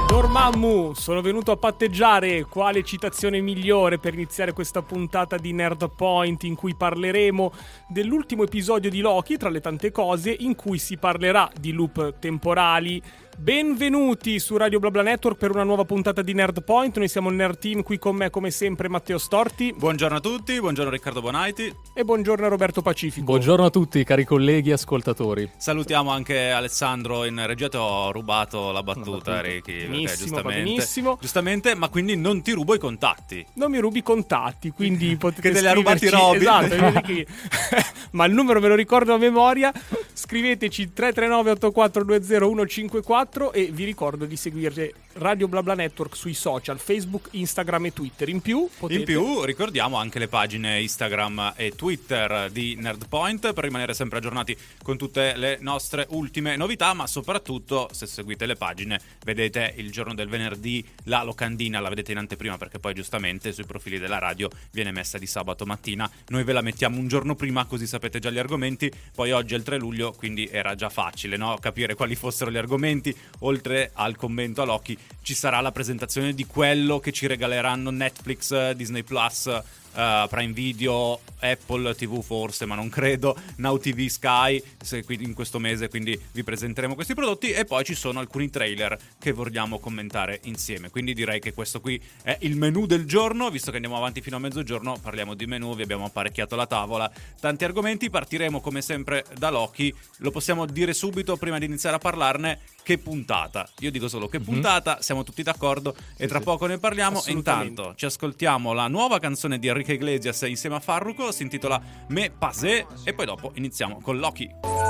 Dormammu, sono venuto a patteggiare. Quale citazione migliore per iniziare questa puntata di Nerd Point, in cui parleremo dell'ultimo episodio di Loki, tra le tante cose, in cui si parlerà di loop temporali. Benvenuti su Radio BlaBla Network per una nuova puntata di Nerd Point. Noi siamo il Nerd Team, qui con me come sempre Matteo Storti. Buongiorno a tutti, buongiorno Riccardo Bonaiti. E buongiorno a Roberto Pacifico. Buongiorno a tutti cari colleghi e ascoltatori. Salutiamo anche Alessandro in regia, ti ho rubato la battuta Ricky. Benissimo, benissimo. Giustamente, ma quindi non ti rubo i contatti. Non mi rubi i contatti, quindi potete che te li ha rubati Roby. Esatto, ma il numero me lo ricordo a memoria. Scriveteci 339 8420 154 e vi ricordo di seguire Radio BlaBla Network sui social, Facebook, Instagram e Twitter. In più ricordiamo anche le pagine Instagram e Twitter di Nerdpoint per rimanere sempre aggiornati con tutte le nostre ultime novità, ma soprattutto se seguite le pagine vedete il giorno del venerdì la locandina, la vedete in anteprima perché poi giustamente sui profili della radio viene messa di sabato mattina. Noi ve la mettiamo un giorno prima così sapete già gli argomenti. Poi oggi è il 3 luglio, quindi era già facile, no? Capire quali fossero gli argomenti. Oltre al commento a Loki ci sarà la presentazione di quello che ci regaleranno Netflix, Disney Plus, Prime Video, Apple TV forse, ma non credo, Now TV, Sky in questo mese, quindi vi presenteremo questi prodotti e poi ci sono alcuni trailer che vogliamo commentare insieme, quindi direi che questo qui è il menù del giorno. Visto che andiamo avanti fino a mezzogiorno parliamo di menù, vi abbiamo apparecchiato la tavola, tanti argomenti. Partiremo come sempre da Loki. Lo possiamo dire subito prima di iniziare a parlarne: che puntata, io dico solo che puntata, siamo tutti d'accordo e tra poco ne parliamo. Intanto ci ascoltiamo la nuova canzone di Enrique Iglesias insieme a Farruko, si intitola Me Passé e poi dopo iniziamo con Loki.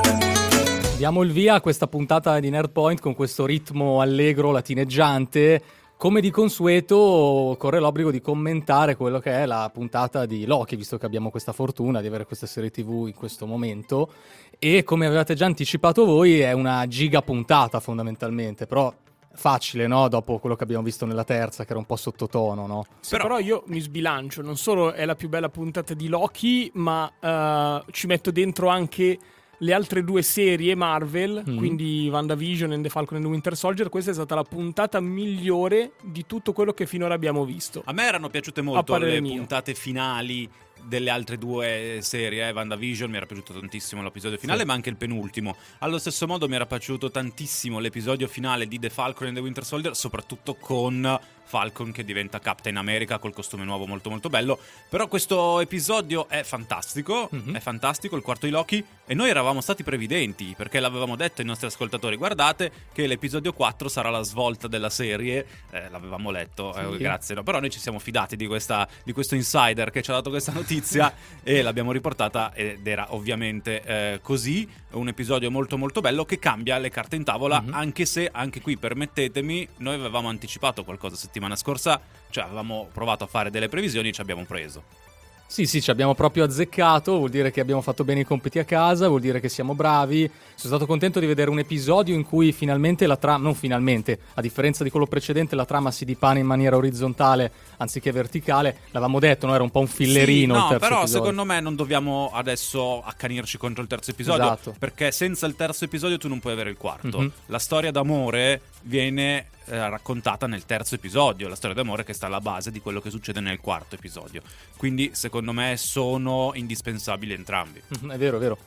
Diamo il via a questa puntata di Nerd Point con questo ritmo allegro latineggiante. Come di consueto corre l'obbligo di commentare quello che è la puntata di Loki, visto che abbiamo questa fortuna di avere questa serie TV in questo momento, e come avevate già anticipato voi è una giga puntata fondamentalmente, però facile, no? Dopo quello che abbiamo visto nella terza, che era un po' sottotono, no? Sì, però io mi sbilancio, non solo è la più bella puntata di Loki, ma ci metto dentro anche le altre due serie Marvel, quindi WandaVision e The Falcon and the Winter Soldier. Questa è stata la puntata migliore di tutto quello che finora abbiamo visto. A me erano piaciute molto le puntate finali delle altre due serie. WandaVision mi era piaciuto tantissimo l'episodio finale, ma anche il penultimo. Allo stesso modo mi era piaciuto tantissimo l'episodio finale di The Falcon and the Winter Soldier, soprattutto con Falcon che diventa Captain America col costume nuovo molto molto bello. Però questo episodio è fantastico, è fantastico, il quarto di Loki, e noi eravamo stati previdenti perché l'avevamo detto ai nostri ascoltatori: guardate che l'episodio 4 sarà la svolta della serie, l'avevamo letto, grazie, no? Però noi ci siamo fidati di questo insider che ci ha dato questa notizia e l'abbiamo riportata ed era ovviamente così. Un episodio molto molto bello che cambia le carte in tavola, anche se anche qui permettetemi, noi avevamo anticipato qualcosa settimana scorsa, cioè avevamo provato a fare delle previsioni e ci abbiamo preso. Sì, ci abbiamo proprio azzeccato, vuol dire che abbiamo fatto bene i compiti a casa, vuol dire che siamo bravi. Sono stato contento di vedere un episodio in cui finalmente la trama, non finalmente, a differenza di quello precedente, la trama si dipana in maniera orizzontale anziché verticale. L'avevamo detto, no? Era un po' un fillerino, sì, il terzo però episodio. Secondo me non dobbiamo adesso accanirci contro il terzo episodio, esatto, perché senza il terzo episodio tu non puoi avere il quarto. La storia d'amore viene raccontata nel terzo episodio, la storia d'amore che sta alla base di quello che succede nel quarto episodio, quindi secondo me sono indispensabili entrambi. È vero, è vero.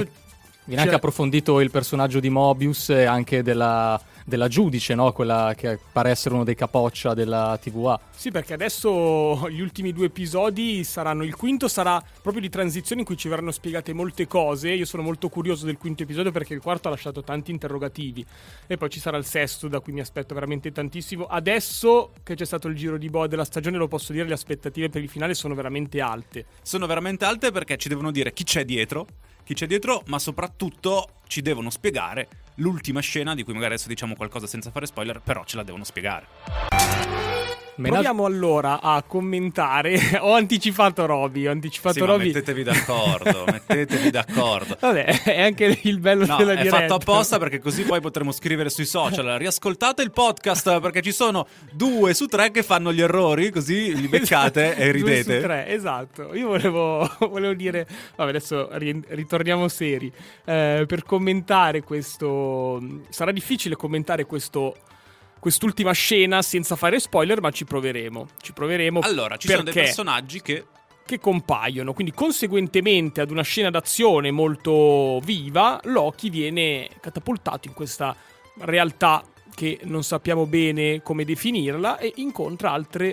Viene anche approfondito il personaggio di Mobius e anche della giudice, no? Quella che pare essere uno dei capoccia della TVA. Sì, perché adesso gli ultimi due episodi saranno... Il quinto sarà proprio di transizione in cui ci verranno spiegate molte cose. Io sono molto curioso del quinto episodio perché il quarto ha lasciato tanti interrogativi. E poi ci sarà il sesto, da cui mi aspetto veramente tantissimo. Adesso che c'è stato il giro di boa della stagione, lo posso dire, le aspettative per il finale sono veramente alte. Sono veramente alte perché ci devono dire chi c'è dietro, ma soprattutto ci devono spiegare l'ultima scena, di cui magari adesso diciamo qualcosa senza fare spoiler, però ce la devono spiegare. Proviamo allora a commentare. Ho anticipato Roby. Mettetevi d'accordo. Vabbè, è anche il bello della diretta. È fatto apposta perché così poi potremo scrivere sui social: riascoltate il podcast, perché ci sono 2 su 3 che fanno gli errori, così li beccate e ridete. 2 su 3, esatto. Io volevo dire, vabbè, adesso ritorniamo seri. Per commentare questo, sarà difficile commentare questo quest'ultima scena senza fare spoiler, ma ci proveremo. Allora, ci sono dei personaggi che compaiono, quindi conseguentemente ad una scena d'azione molto viva, Loki viene catapultato in questa realtà che non sappiamo bene come definirla e incontra altre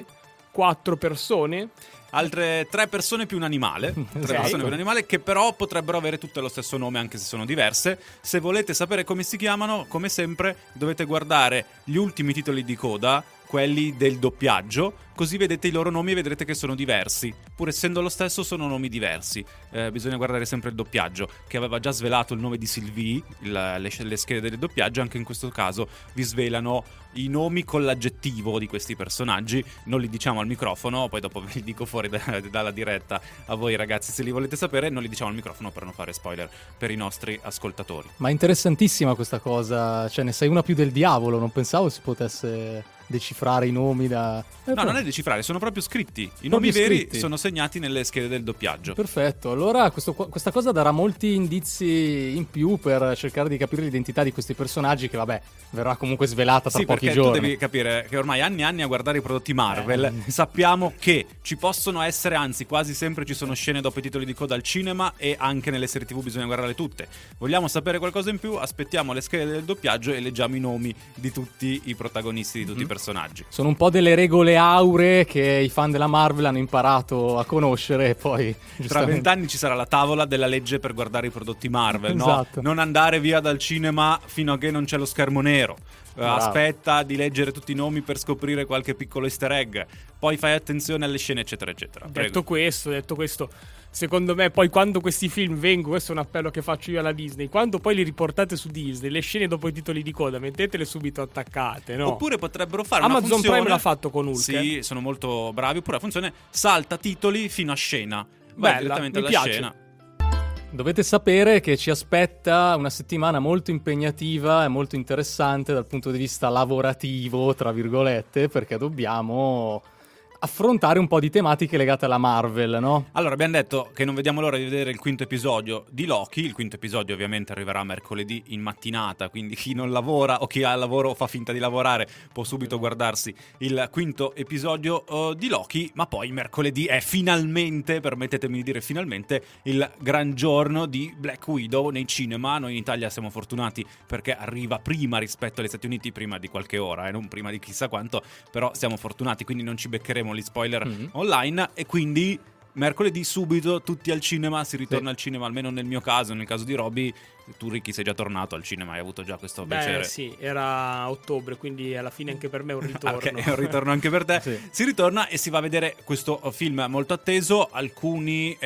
4 persone. Altre 3 persone più un animale. 3 persone più un animale che però potrebbero avere tutte lo stesso nome anche se sono diverse. Se volete sapere come si chiamano, come sempre dovete guardare gli ultimi titoli di coda, quelli del doppiaggio, così vedete i loro nomi e vedrete che sono diversi. Pur essendo lo stesso, sono nomi diversi. Bisogna guardare sempre il doppiaggio, che aveva già svelato il nome di Sylvie, le schede del doppiaggio. Anche in questo caso vi svelano i nomi con l'aggettivo di questi personaggi. Non li diciamo al microfono, poi dopo ve li dico fuori dalla diretta a voi ragazzi se li volete sapere. Non li diciamo al microfono per non fare spoiler per i nostri ascoltatori. Ma è interessantissima questa cosa, cioè ne sai una più del diavolo, non pensavo si potesse decifrare i nomi da... No, non è decifrare, sono proprio scritti. I nomi veri sono segnati nelle schede del doppiaggio. Perfetto, allora questa cosa darà molti indizi in più per cercare di capire l'identità di questi personaggi, che vabbè, verrà comunque svelata tra pochi giorni. Tu devi capire che ormai anni e anni a guardare i prodotti Marvel sappiamo che ci possono essere, anzi quasi sempre ci sono scene dopo i titoli di coda al cinema, e anche nelle serie TV bisogna guardarle tutte. Vogliamo sapere qualcosa in più? Aspettiamo le schede del doppiaggio e leggiamo i nomi di tutti i protagonisti, di tutti i personaggi. Sono un po' delle regole auree che i fan della Marvel hanno imparato a conoscere, e poi tra 20 anni ci sarà la tavola della legge per guardare i prodotti Marvel, esatto. No? Non andare via dal cinema fino a che non c'è lo schermo nero. Aspetta di leggere tutti i nomi per scoprire qualche piccolo easter egg, poi fai attenzione alle scene eccetera eccetera. Detto questo, secondo me poi quando questi film vengono, questo è un appello che faccio io alla Disney, quando poi li riportate su Disney, le scene dopo i titoli di coda mettetele subito attaccate, no? Oppure potrebbero fare Amazon una funzione... Prime l'ha fatto con Hulk. Sì, sono molto bravi. Oppure la funzione salta titoli fino a scena, vai direttamente alla scena. Dovete sapere che ci aspetta una settimana molto impegnativa e molto interessante dal punto di vista lavorativo, tra virgolette, perché dobbiamo affrontare un po' di tematiche legate alla Marvel, no? Allora, abbiamo detto che non vediamo l'ora di vedere il quinto episodio di Loki. Il quinto episodio ovviamente arriverà mercoledì in mattinata, quindi chi non lavora o chi ha il lavoro o fa finta di lavorare può subito guardarsi il quinto episodio di Loki. Ma poi mercoledì è finalmente, permettetemi di dire finalmente, il gran giorno di Black Widow nei cinema. Noi in Italia siamo fortunati perché arriva prima rispetto agli Stati Uniti, prima di qualche ora, non prima di chissà quanto, però siamo fortunati, quindi non ci beccheremo gli spoiler online, e quindi mercoledì subito tutti al cinema, si ritorna al cinema, almeno nel mio caso, nel caso di Roby. Tu Ricky sei già tornato al cinema, hai avuto già questo piacere? Sì, era ottobre, quindi alla fine anche per me è un ritorno. Okay, è un ritorno anche per te. Sì. Si ritorna e si va a vedere questo film molto atteso. Alcuni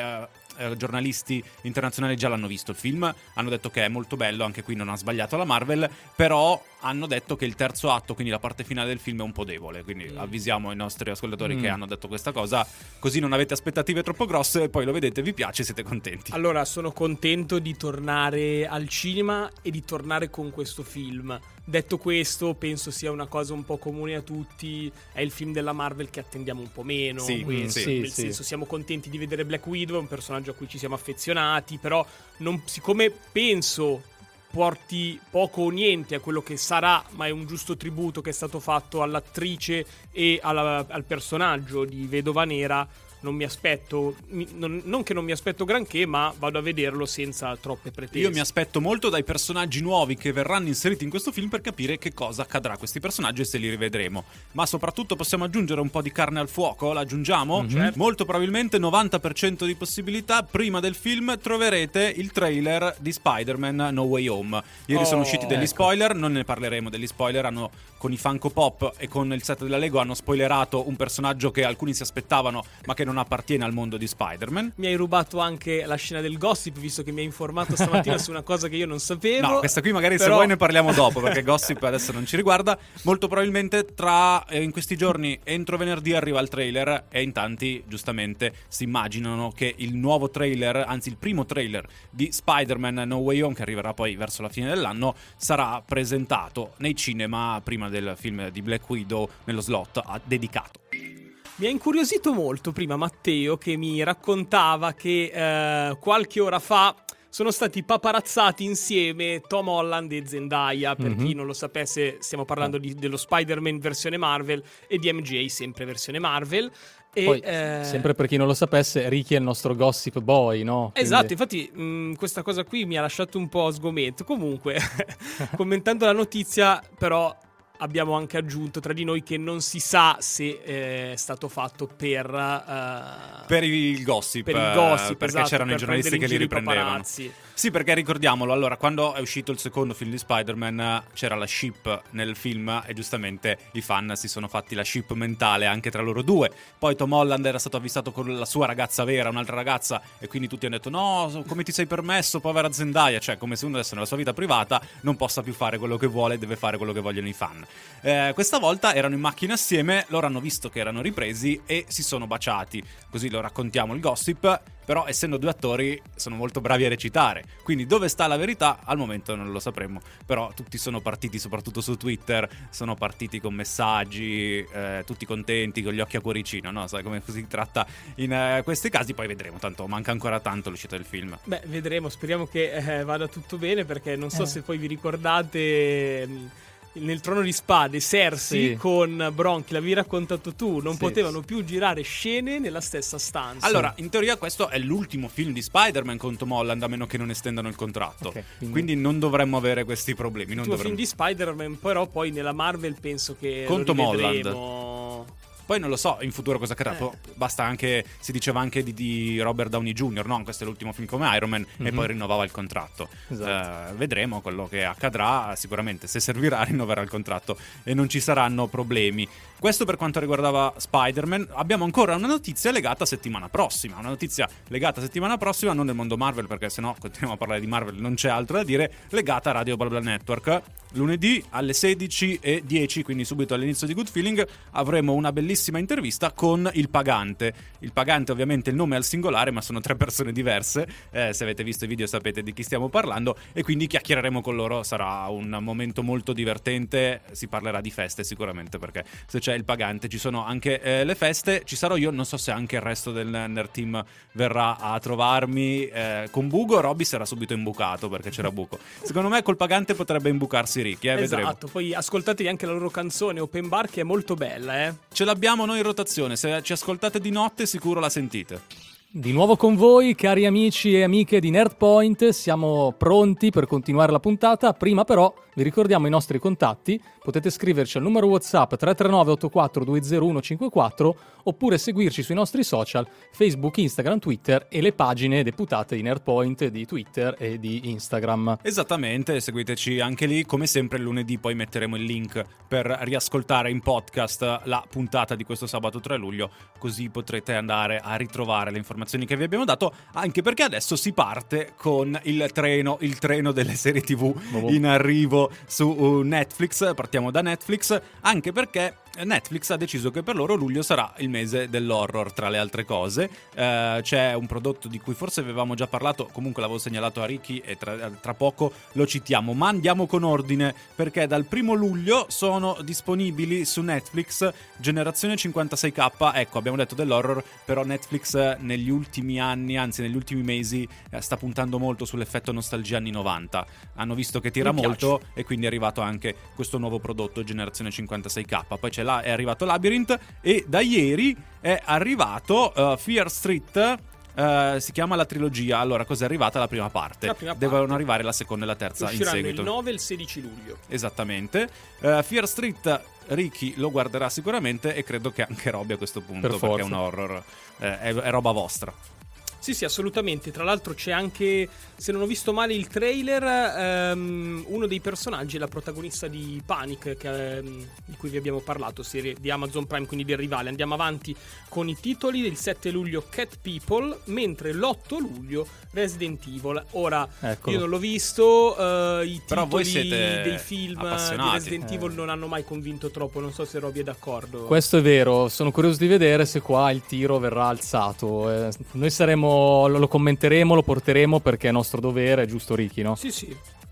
giornalisti internazionali già l'hanno visto il film, hanno detto che è molto bello, anche qui non ha sbagliato la Marvel, però hanno detto che il terzo atto, quindi la parte finale del film, è un po' debole, quindi avvisiamo i nostri ascoltatori che hanno detto questa cosa, così non avete aspettative troppo grosse e poi lo vedete, vi piace, siete contenti. Allora, sono contento di tornare al cinema e di tornare con questo film. Detto questo, penso sia una cosa un po' comune a tutti, è il film della Marvel che attendiamo un po' meno, nel senso siamo contenti di vedere Black Widow, è un personaggio a cui ci siamo affezionati, però siccome penso porti poco o niente a quello che sarà, ma è un giusto tributo che è stato fatto all'attrice e al personaggio di Vedova Nera, non mi aspetto, non che non mi aspetto granché, ma vado a vederlo senza troppe pretese. Io mi aspetto molto dai personaggi nuovi che verranno inseriti in questo film per capire che cosa accadrà a questi personaggi e se li rivedremo. Ma soprattutto possiamo aggiungere un po' di carne al fuoco? L'aggiungiamo? Molto probabilmente 90% di possibilità. Prima del film troverete il trailer di Spider-Man No Way Home. Ieri sono usciti degli spoiler, non ne parleremo degli spoiler. Con i Funko Pop e con il set della Lego hanno spoilerato un personaggio che alcuni si aspettavano ma che non appartiene al mondo di Spider-Man. Mi hai rubato anche la scena del gossip, visto che mi hai informato stamattina su una cosa che io non sapevo. No, questa qui magari se vuoi ne parliamo dopo, perché gossip adesso non ci riguarda. Molto probabilmente in questi giorni, entro venerdì, arriva il trailer e in tanti giustamente si immaginano che il nuovo trailer, anzi il primo trailer di Spider-Man No Way Home, che arriverà poi verso la fine dell'anno, sarà presentato nei cinema prima del film di Black Widow nello slot dedicato. Mi ha incuriosito molto prima Matteo, che mi raccontava che qualche ora fa sono stati paparazzati insieme Tom Holland e Zendaya. Per chi non lo sapesse, stiamo parlando dello Spider-Man versione Marvel e di MJ sempre versione Marvel. E, poi, sempre per chi non lo sapesse, Ricky è il nostro gossip boy, no? Esatto, infatti questa cosa qui mi ha lasciato un po' sgomento. Comunque, commentando la notizia, però abbiamo anche aggiunto tra di noi che non si sa se è stato fatto per il gossip, perché esatto, c'erano i giornalisti che li riprendevano. Paparazzi. Sì, perché ricordiamolo, allora, quando è uscito il secondo film di Spider-Man c'era la ship nel film e giustamente i fan si sono fatti la ship mentale anche tra loro due. Poi Tom Holland era stato avvistato con la sua ragazza vera, un'altra ragazza, e quindi tutti hanno detto no, come ti sei permesso, povera Zendaya, cioè come se uno adesso nella sua vita privata non possa più fare quello che vuole, deve fare quello che vogliono i fan. Questa volta erano in macchina assieme, loro hanno visto che erano ripresi e si sono baciati, così lo raccontiamo il gossip. Però essendo due attori sono molto bravi a recitare, quindi dove sta la verità al momento non lo sapremo. Però tutti sono partiti, soprattutto su Twitter, sono partiti con messaggi, tutti contenti, con gli occhi a cuoricino, no? Sai come si tratta in questi casi. Poi vedremo, tanto manca ancora tanto l'uscita del film. Beh, vedremo, speriamo che vada tutto bene, perché non so se poi vi ricordate nel Trono di Spade Cersei con Bronchi, l'avevi raccontato tu, non potevano più girare scene nella stessa stanza. Allora, in teoria questo è l'ultimo film di Spider-Man con Tom Holland, a meno che non estendano il contratto. Quindi non dovremmo avere questi problemi. Il tuo film di Spider-Man, però poi nella Marvel penso che con Tom Holland. Poi non lo so in futuro cosa accadrà. Basta anche, si diceva anche di Robert Downey Jr., no? Questo è l'ultimo film come Iron Man e poi rinnovava il contratto. Esatto. Vedremo quello che accadrà. Sicuramente se servirà rinnoverà il contratto e non ci saranno problemi. Questo per quanto riguardava Spider-Man. Abbiamo ancora una notizia legata a settimana prossima. Una notizia legata a settimana prossima, non del mondo Marvel, perché sennò continuiamo a parlare di Marvel, non c'è altro da dire. Legata a Radio BlaBla Network. Lunedì alle 16:10, quindi subito all'inizio di Good Feeling, avremo una bellissima intervista con il Pagante. Il Pagante ovviamente il nome è al singolare, ma sono 3 persone diverse. Se avete visto i video sapete di chi stiamo parlando, e quindi chiacchiereremo con loro. Sarà un momento molto divertente. Si parlerà di feste sicuramente, perché se c'è il Pagante ci sono anche le feste. Ci sarò io, non so se anche il resto del Nerd Team verrà a trovarmi. Con Bugo Robby sarà subito imbucato perché c'era buco. Secondo me col Pagante potrebbe imbucarsi Ricky, vedremo. Esatto, poi ascoltatevi anche la loro canzone Open Bar, che è molto bella. Ce l'abbiamo noi in rotazione, se ci ascoltate di notte sicuro la sentite. Di nuovo con voi, cari amici e amiche di Nerdpoint, siamo pronti per continuare la puntata. Prima però vi ricordiamo i nostri contatti. Potete scriverci al numero WhatsApp 339-84-20154 oppure seguirci sui nostri social Facebook, Instagram, Twitter e le pagine deputate di Nerdpoint di Twitter e di Instagram. Esattamente, seguiteci anche lì. Come sempre il lunedì poi metteremo il link per riascoltare in podcast la puntata di questo sabato 3 luglio, così potrete andare a ritrovare le informazioni che vi abbiamo dato, anche perché adesso si parte con il treno delle serie TV in arrivo su Netflix. Partiamo da Netflix, anche perché Netflix ha deciso che per loro luglio sarà il mese dell'horror, tra le altre cose. C'è un prodotto di cui forse avevamo già parlato, comunque l'avevo segnalato a Ricky e tra poco lo citiamo, ma andiamo con ordine, perché dal 1 luglio sono disponibili su Netflix Generazione 56K. Ecco, abbiamo detto dell'horror, però Netflix negli ultimi anni, anzi negli ultimi mesi, sta puntando molto sull'effetto nostalgia anni 90. Hanno visto che tira molto e quindi è arrivato anche questo nuovo prodotto Generazione 56K. Poi è arrivato Labyrinth e da ieri è arrivato Fear Street. Si chiama la trilogia. Allora, cos'è arrivata la prima parte? Devono arrivare la seconda e la terza in seguito. Il 9 e il 16 luglio. Esattamente. Fear Street Ricky lo guarderà sicuramente, e credo che anche Robby a questo punto, perché è un horror, è roba vostra. Sì, assolutamente. Tra l'altro c'è anche, se non ho visto male il trailer, uno dei personaggi è la protagonista di Panic, di cui vi abbiamo parlato, serie di Amazon Prime, quindi del rivale. Andiamo avanti con i titoli. Il 7 luglio Cat People, mentre l'8 luglio Resident Evil. Ora, io non l'ho visto, i titoli dei film di Resident Evil non hanno mai convinto troppo. Non so se Robby è d'accordo. Questo è vero, sono curioso di vedere se qua il tiro verrà alzato. Noi lo commenteremo, lo porteremo perché è nostro dovere, giusto Ricky, no? Sì.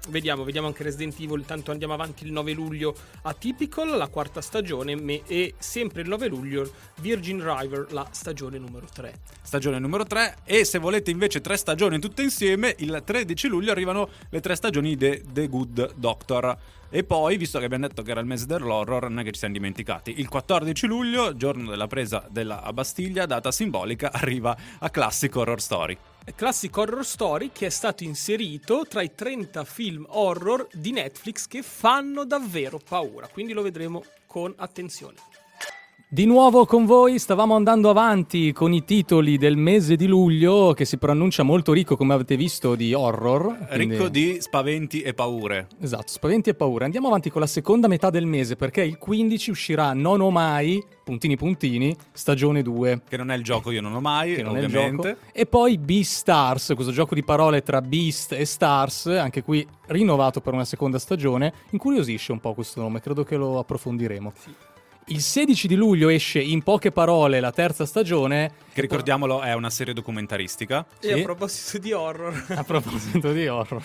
Vediamo anche Resident Evil. Tanto andiamo avanti il 9 luglio a Typical, la quarta stagione, e sempre il 9 luglio Virgin River, la stagione numero 3. Stagione numero 3. E se volete invece 3 stagioni tutte insieme, il 13 luglio arrivano le 3 stagioni di The Good Doctor. E poi, visto che abbiamo detto che era il mese dell'horror, non è che ci siamo dimenticati, il 14 luglio, giorno della presa della Bastiglia, data simbolica, arriva a Classic Horror Story. Classic Horror Story, che è stato inserito tra i 30 film horror di Netflix che fanno davvero paura, quindi lo vedremo con attenzione. Di nuovo con voi, stavamo andando avanti con i titoli del mese di luglio, che si pronuncia molto ricco, come avete visto, di horror. Quindi... ricco di spaventi e paure. Esatto, spaventi e paure. Andiamo avanti con la seconda metà del mese, perché il 15 uscirà Non ho mai, puntini, stagione 2. Che non è il gioco Io non ho mai, Che non è il ovviamente. gioco. E poi Beastars, questo gioco di parole tra Beast e Stars, anche qui rinnovato per una seconda stagione. Incuriosisce un po' questo nome, credo che lo approfondiremo. Sì. Il 16 di luglio esce In poche parole la terza stagione. Che ricordiamolo è una serie documentaristica. E Sì. a proposito di horror. A proposito di horror.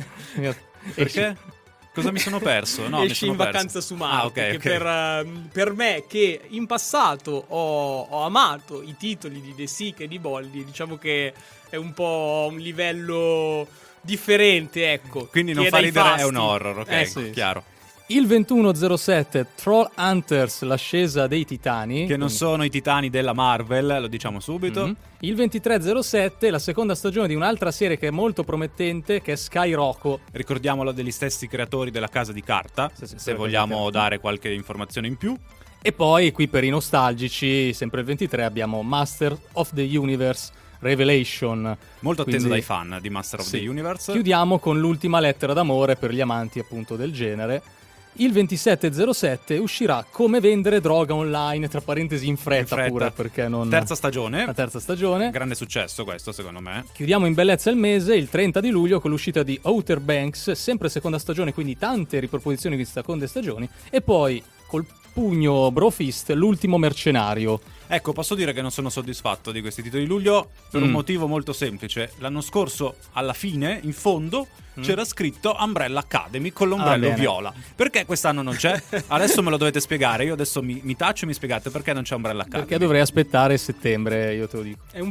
Perché? Cosa mi sono perso? No, mi esce sono In perso. vacanza su Marte, ok. che per me, che in passato ho amato i titoli di De Sica e di Boldi, diciamo che è un po' un livello differente, ecco. Quindi non che fa dai ridere, fasti. è un horror, ok, Sì. chiaro. Il 21/07 Troll Hunters, l'ascesa dei titani. Che non sono i titani della Marvel, lo diciamo subito. Mm-hmm. Il 23/07 la seconda stagione di un'altra serie che è molto promettente, che è Skyrocco. Ricordiamolo, degli stessi creatori della Casa di Carta, Sì, se vogliamo dare qualche informazione in più. E poi qui per i nostalgici, sempre il 23, abbiamo Master of the Universe Revelation. Molto atteso Quindi- dai fan di Master of Sì. the Universe. Chiudiamo con l'ultima lettera d'amore per gli amanti appunto del genere. Il 27/07 uscirà Come vendere droga online, tra parentesi in fretta pure, perché non... Terza stagione. La terza stagione. Grande successo questo, secondo me. Chiudiamo in bellezza il mese, il 30 di luglio, con l'uscita di Outer Banks, sempre seconda stagione, quindi tante riproposizioni di seconde stagioni. E poi, col pugno brofist, L'ultimo mercenario. Ecco, posso dire che non sono soddisfatto di questi titoli di luglio per un motivo molto semplice. L'anno scorso, alla fine, in fondo, c'era scritto Umbrella Academy con l'ombrello bene. viola. Perché quest'anno non c'è? Adesso me lo dovete spiegare. Io adesso mi taccio e mi spiegate perché non c'è Umbrella Academy. Perché dovrei aspettare settembre, io te lo dico. È un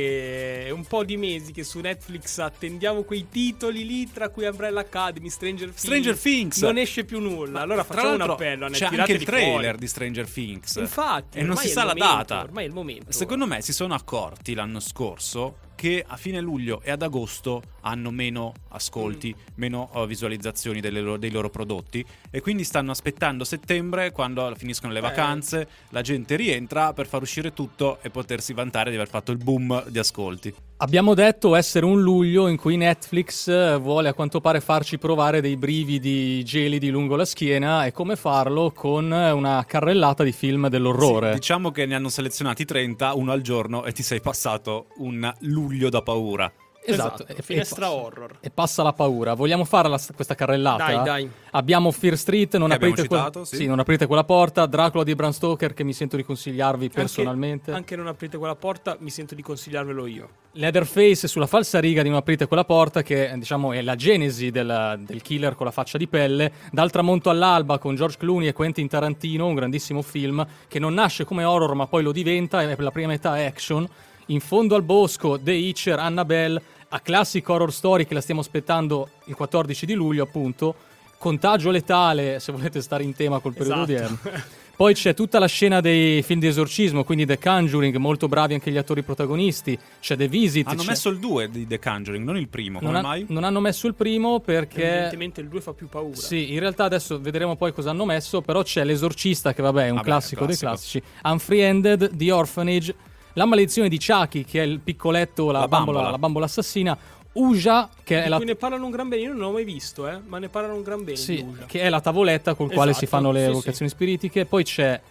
po' di mesi che su Netflix attendiamo quei titoli lì, tra cui Umbrella Academy, Stranger Things. Non esce più nulla. Allora Tra facciamo un l'altro, appello a c'è Netflix. anche il trailer di Stranger Things. Infatti, e non ormai si è sa il la momento, data. Ormai è il momento. Secondo me si sono accorti l'anno scorso che a fine luglio e ad agosto hanno meno ascolti, meno visualizzazioni dei loro prodotti, e quindi stanno aspettando settembre, quando finiscono le vacanze, la gente rientra per far uscire tutto e potersi vantare di aver fatto il boom di ascolti. Abbiamo detto essere un luglio in cui Netflix vuole a quanto pare farci provare dei brividi gelidi lungo la schiena, e come farlo con una carrellata di film dell'orrore. Sì, diciamo che ne hanno selezionati 30, uno al giorno, e ti sei passato un luglio da paura. Esatto, finestra passa- horror. E passa la paura. Vogliamo fare questa carrellata? Dai. Abbiamo Fear Street, non Che aprite, abbiamo citato, sì. non aprite quella porta. Dracula di Bram Stoker, che mi sento di consigliarvi personalmente. Anche non aprite quella porta, mi sento di consigliarvelo io. Leatherface, sulla falsariga di Non aprite quella porta, che diciamo è la genesi del killer con la faccia di pelle. Dal tramonto all'alba, con George Clooney e Quentin Tarantino, un grandissimo film che non nasce come horror ma poi lo diventa, e per la prima metà è action. In fondo al bosco, The Hitcher, Annabelle, a Classic Horror Story, che la stiamo aspettando il 14 di luglio appunto. Contagio letale, se volete stare in tema col periodo odierno. Poi c'è tutta la scena dei film di esorcismo, quindi The Conjuring, molto bravi anche gli attori protagonisti. C'è The Visit. Hanno messo il 2 di The Conjuring, non il primo, come mai? Non hanno messo il primo perché... Evidentemente il 2 fa più paura. Sì, in realtà adesso vedremo poi cosa hanno messo, però c'è L'Esorcista, che vabbè è un classico dei classici. Unfriended, The Orphanage, La maledizione di Chucky, che è il piccoletto, la bambola assassina. Uja, che è di cui ne parlano un gran bene, io non l'ho mai visto, ma ne parlano un gran bene di sì, Uja. che è la tavoletta col quale si fanno le evocazioni spiritiche. Poi c'è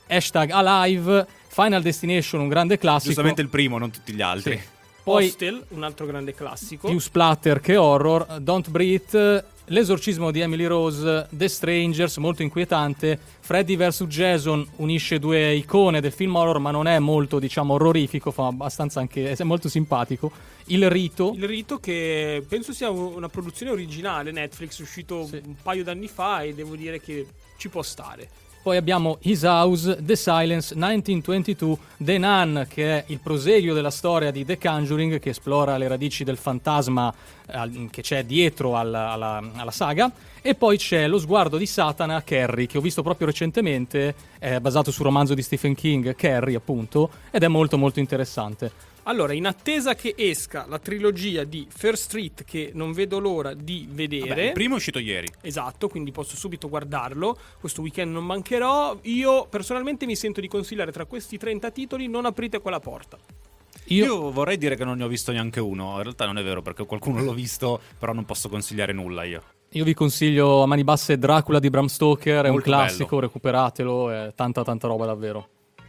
#Alive, Final Destination, un grande classico. Giustamente il primo, non tutti gli altri. Poi Hostel, un altro grande classico. più splatter che horror, Don't Breathe, L'esorcismo di Emily Rose, The Strangers, molto inquietante. Freddy vs. Jason unisce due icone del film horror, ma non è molto, diciamo, orrorifico, fa abbastanza anche, è molto simpatico. Il Rito, che penso sia una produzione originale Netflix, uscito un paio d'anni fa, e devo dire che ci può stare. Poi abbiamo His House, The Silence, 1922, The Nun, che è il proseguio della storia di The Conjuring, che esplora le radici del fantasma che c'è dietro alla saga. E poi c'è Lo sguardo di Satana, Carrie, che ho visto proprio recentemente, è basato sul romanzo di Stephen King, Carrie appunto, ed è molto molto interessante. Allora, in attesa che esca la trilogia di First Street, che non vedo l'ora di vedere. Vabbè, il primo è uscito ieri. Esatto, quindi posso subito guardarlo. Questo weekend non mancherò. Io personalmente mi sento di consigliare tra questi 30 titoli: non aprite quella porta. Io vorrei dire che non ne ho visto neanche uno. In realtà non è vero, perché qualcuno l'ho visto, però non posso consigliare nulla io. Io vi consiglio a mani basse Dracula di Bram Stoker, è Molto un classico, bello. recuperatelo, è tanta roba davvero.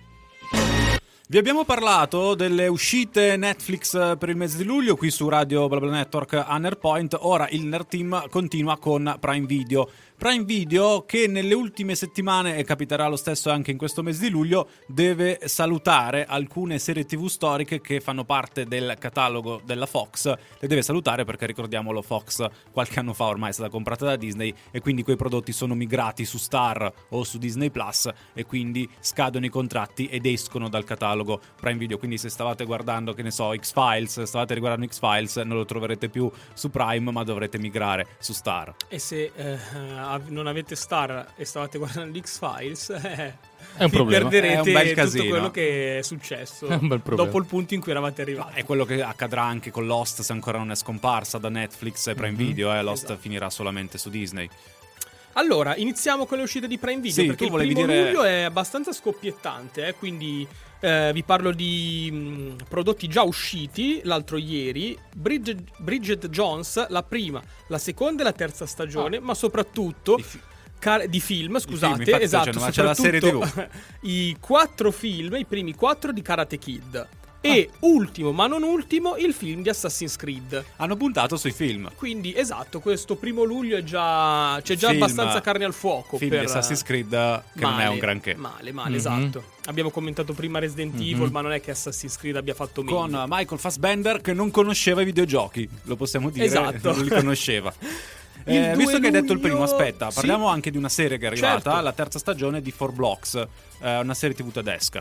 Vi abbiamo parlato delle uscite Netflix per il mese di luglio qui su Radio BlaBla Network a Nerdpoint. Ora il Nerd Team continua con Prime Video. Prime Video che nelle ultime settimane, e capiterà lo stesso anche in questo mese di luglio, deve salutare alcune serie TV storiche che fanno parte del catalogo della Fox. Le deve salutare perché, ricordiamolo, Fox qualche anno fa ormai è stata comprata da Disney e quindi quei prodotti sono migrati su Star o su Disney Plus e quindi scadono i contratti ed escono dal catalogo Prime Video. Quindi se stavate guardando, che ne so, X-Files, stavate riguardando X-Files, non lo troverete più su Prime, ma dovrete migrare su Star. E se non avete Star e stavate guardando X-Files, È un problema. perderete È un bel tutto casino. quello che è successo È un bel problema. dopo il punto in cui eravate arrivati. È quello che accadrà anche con Lost, se ancora non è scomparsa da Netflix e Prime Video. Lost Esatto. finirà solamente su Disney. Allora, iniziamo con le uscite di Prime Video, Sì, perché tu il volevi primo dire- luglio è abbastanza scoppiettante, quindi vi parlo di prodotti già usciti l'altro ieri. Bridget Jones, la prima, la seconda e la terza stagione, ma soprattutto di film, scusate, infatti, esatto, ma c'è la serie soprattutto i 4 film, i primi 4 di Karate Kid. E ultimo, ma non ultimo, il film di Assassin's Creed. Hanno puntato sui film. Quindi, esatto, questo primo luglio c'è già Film- abbastanza carne al fuoco Film per di Assassin's Creed che non è un granché. Male, esatto. Abbiamo commentato prima Resident Evil, ma non è che Assassin's Creed abbia fatto meglio. Con Michael Fassbender che non conosceva i videogiochi, lo possiamo dire, Esatto. non li conosceva. Il 2 Visto che hai detto il primo, luglio- aspetta, sì. parliamo anche di una serie che è arrivata, Certo. la terza stagione di 4 Blocks, una serie TV tedesca.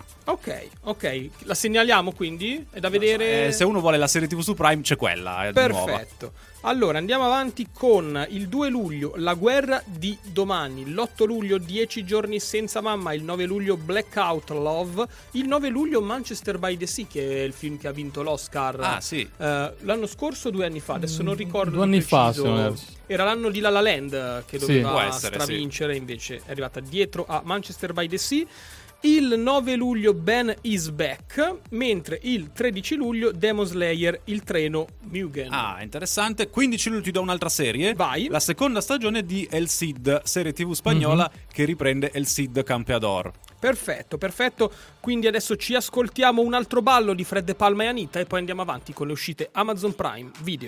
Ok. La segnaliamo quindi? È da vedere. Se uno vuole la serie TV su Prime c'è quella, è nuova. Perfetto. Allora andiamo avanti con il 2 luglio La guerra di domani, l'8 luglio 10 giorni senza mamma, il 9 luglio Blackout Love, il 9 luglio Manchester by the Sea, che è il film che ha vinto l'Oscar. Ah, sì. L'anno scorso o 2 anni fa, adesso non ricordo 2 anni di fa, preciso. se non erro. Era l'anno di La La Land che Sì. doveva Può essere, stravincere, invece è arrivata dietro a Manchester by the Sea. Il 9 luglio Ben is Back, mentre il 13 luglio Demon Slayer, il treno Mugen. Ah, interessante. 15 luglio ti do un'altra serie. Vai. La seconda stagione di El Cid, serie TV spagnola che riprende El Cid Campeador. Perfetto. Quindi adesso ci ascoltiamo un altro ballo di Fred De Palma e Anita e poi andiamo avanti con le uscite Amazon Prime Video.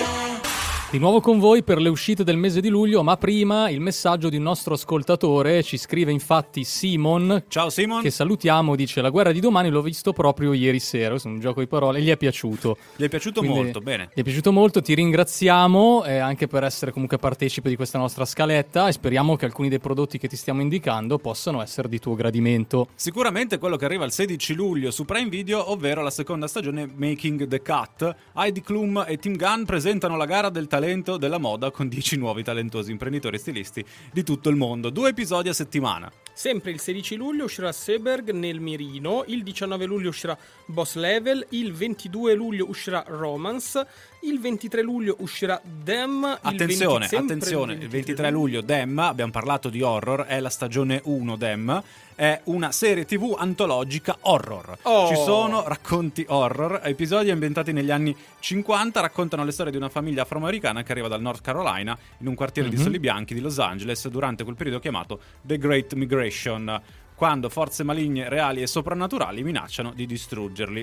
Di nuovo con voi per le uscite del mese di luglio, ma prima il messaggio di un nostro ascoltatore. Ci scrive infatti Simon, Ciao Simon. che salutiamo, dice: La guerra di domani l'ho visto proprio ieri sera. Questo è un gioco di parole, gli è piaciuto. Gli è piaciuto Quindi molto, bene. Gli è piaciuto molto, ti ringraziamo anche per essere comunque partecipe di questa nostra scaletta e speriamo che alcuni dei prodotti che ti stiamo indicando possano essere di tuo gradimento. Sicuramente quello che arriva il 16 luglio su Prime Video, ovvero la seconda stagione Making the Cut. Heidi Klum e Tim Gunn presentano la gara del talento della moda con 10 nuovi talentosi imprenditori e stilisti di tutto il mondo. 2 episodi a settimana. Sempre il 16 luglio uscirà Seberg nel mirino, il 19 luglio uscirà Boss Level, il 22 luglio uscirà Romance, il 23 luglio uscirà Dem. Attenzione, il il 23 luglio Dem, abbiamo parlato di horror, è la stagione 1 Dem, è una serie TV antologica horror. Oh. Ci sono racconti horror, episodi ambientati negli anni 50, raccontano le storie di una famiglia afroamericana che arriva dal North Carolina in un quartiere di soli bianchi di Los Angeles durante quel periodo chiamato The Great Migration, quando forze maligne, reali e soprannaturali minacciano di distruggerli.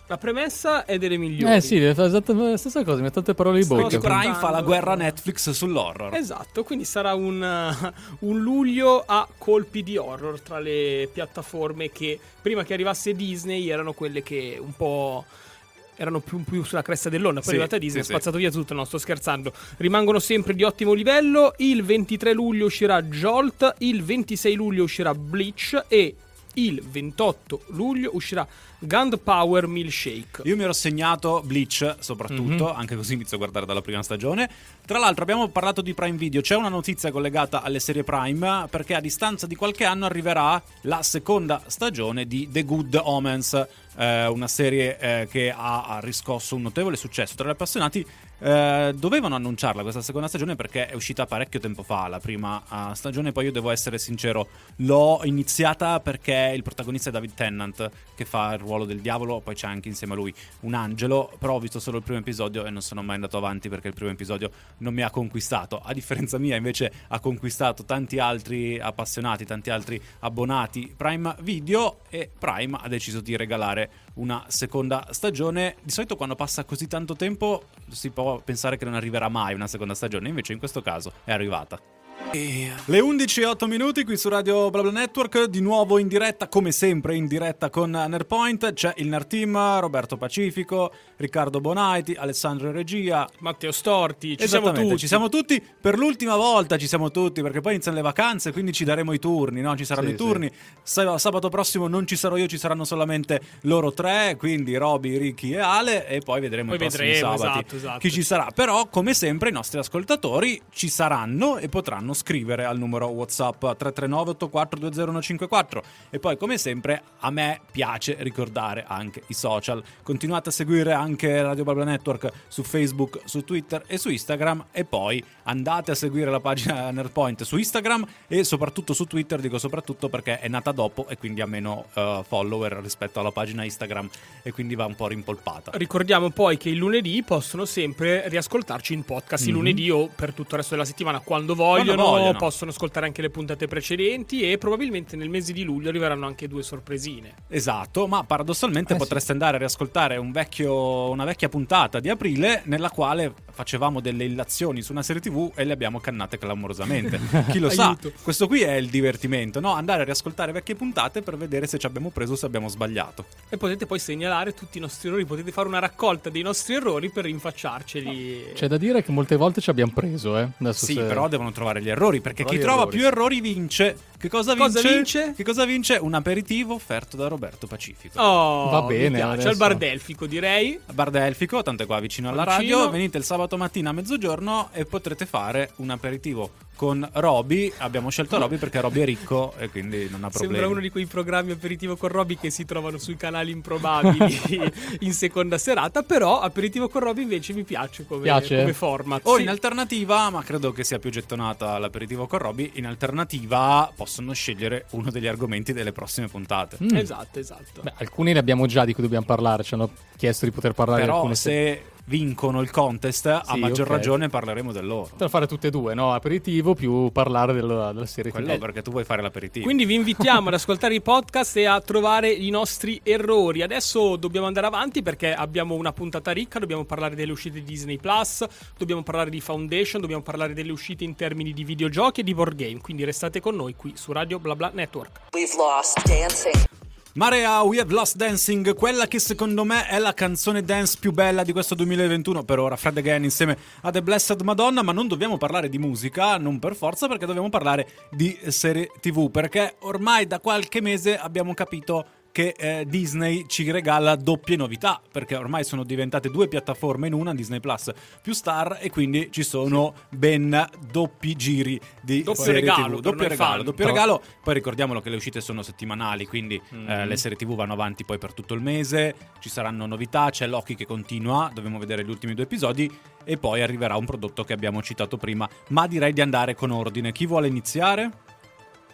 La premessa è delle migliori. Sì, fa esattamente la stessa cosa, mi ha tante parole di bocca. Prime fa la guerra Netflix sull'horror. Esatto, quindi sarà un luglio a colpi di horror tra le piattaforme che prima che arrivasse Disney erano quelle che un po' erano più sulla cresta dell'onda. Poi è arrivata Disney, ha spazzato via tutto. No, sto scherzando. Rimangono sempre di ottimo livello. Il 23 luglio uscirà Jolt, il 26 luglio uscirà Bleach e il 28 luglio uscirà Gunpowder Milkshake. Io mi ero segnato Bleach soprattutto, anche così inizio a guardare dalla prima stagione. Tra l'altro abbiamo parlato di Prime Video, c'è una notizia collegata alle serie Prime perché a distanza di qualche anno arriverà la seconda stagione di The Good Omens, una serie che ha riscosso un notevole successo tra gli appassionati. Dovevano annunciarla questa seconda stagione perché è uscita parecchio tempo fa la prima stagione. Poi io devo essere sincero, l'ho iniziata perché il protagonista è David Tennant, che fa il ruolo del diavolo. Poi c'è anche insieme a lui un angelo, però ho visto solo il primo episodio e non sono mai andato avanti perché il primo episodio non mi ha conquistato. A differenza mia invece ha conquistato tanti altri appassionati, tanti altri abbonati Prime Video, e Prime ha deciso di regalare una seconda stagione. Di solito quando passa così tanto tempo si può pensare che non arriverà mai una seconda stagione, invece in questo caso è arrivata. Le 11:08 qui su Radio BlaBla Network, di nuovo in diretta, come sempre in diretta con Nerdpoint. C'è il Nerd Team, Roberto Pacifico, Riccardo Bonaiti, Alessandro in regia, Matteo Storti, ci siamo tutti. Per l'ultima volta ci siamo tutti, perché poi iniziano le vacanze, quindi ci daremo i turni, no? Ci saranno i turni. Sabato prossimo non ci sarò io, ci saranno solamente loro tre, quindi Roby, Ricky e Ale, e poi vedremo i prossimi sabati esatto. chi ci sarà. Però come sempre i nostri ascoltatori ci saranno e potranno scrivere al numero WhatsApp 339 84 20154. E poi come sempre a me piace ricordare anche i social. Continuate a seguire anche Radio BlaBla Network su Facebook, su Twitter e su Instagram, e poi andate a seguire la pagina Nerdpoint su Instagram e soprattutto su Twitter. Dico soprattutto perché è nata dopo e quindi ha meno follower rispetto alla pagina Instagram, e quindi va un po' rimpolpata. Ricordiamo poi che il lunedì possono sempre riascoltarci in podcast, il lunedì o per tutto il resto della settimana quando vogliono. Possono ascoltare anche le puntate precedenti, e probabilmente nel mese di luglio arriveranno anche 2 sorpresine. Esatto, ma paradossalmente potreste andare a riascoltare una vecchia puntata di aprile nella quale facevamo delle illazioni su una serie TV e le abbiamo cannate clamorosamente. Chi lo sa, questo qui è il divertimento, no? Andare a riascoltare vecchie puntate per vedere se ci abbiamo preso o se abbiamo sbagliato. E potete poi segnalare tutti i nostri errori, potete fare una raccolta dei nostri errori per rinfacciarceli. C'è da dire che molte volte ci abbiamo preso, Adesso sì, però devono trovare gli errori, perché chi trova più errori vince. Che cosa vince? Che cosa vince? Un aperitivo offerto da Roberto Pacifico. Oh, va bene. Mi piace, al Bar Delfico, direi. Bar Delfico, tanto è qua vicino alla radio. Venite il sabato mattina a mezzogiorno e potrete fare un aperitivo con Roby. Abbiamo scelto Roby perché Roby è ricco e quindi non ha problemi. Sembra uno di quei programmi aperitivo con Roby che si trovano sui canali improbabili in seconda serata. Però aperitivo con Roby invece mi piace come format. O in alternativa, ma credo che sia più gettonata l'aperitivo con Roby, in alternativa possono scegliere uno degli argomenti delle prossime puntate. Esatto. Beh, alcuni ne abbiamo già di cui dobbiamo parlare, ci hanno chiesto di poter parlare. Però alcune se vincono il contest, a maggior ragione parleremo del loro. Per fare tutte e due, no? Aperitivo più parlare della serie TV. Quello perché tu vuoi fare l'aperitivo. Quindi vi invitiamo ad ascoltare i podcast e a trovare i nostri errori. Adesso dobbiamo andare avanti perché abbiamo una puntata ricca. Dobbiamo parlare delle uscite di Disney Plus, dobbiamo parlare di Foundation, dobbiamo parlare delle uscite in termini di videogiochi e di board game. Quindi restate con noi qui su Radio BlaBla Network. We've lost dancing. Marea, We Have Lost Dancing, quella che secondo me è la canzone dance più bella di questo 2021 per ora, Fred Again insieme a The Blessed Madonna. Ma non dobbiamo parlare di musica, non per forza, perché dobbiamo parlare di serie TV, perché ormai da qualche mese abbiamo capito che Disney ci regala doppie novità, perché ormai sono diventate 2 piattaforme in una, Disney Plus più Star, e quindi ci sono ben doppi giri di serie TV. Doppio regalo. Poi ricordiamolo che le uscite sono settimanali, quindi le serie TV vanno avanti poi per tutto il mese, ci saranno novità, c'è Loki che continua, dobbiamo vedere gli ultimi 2 episodi, e poi arriverà un prodotto che abbiamo citato prima. Ma direi di andare con ordine. Chi vuole iniziare?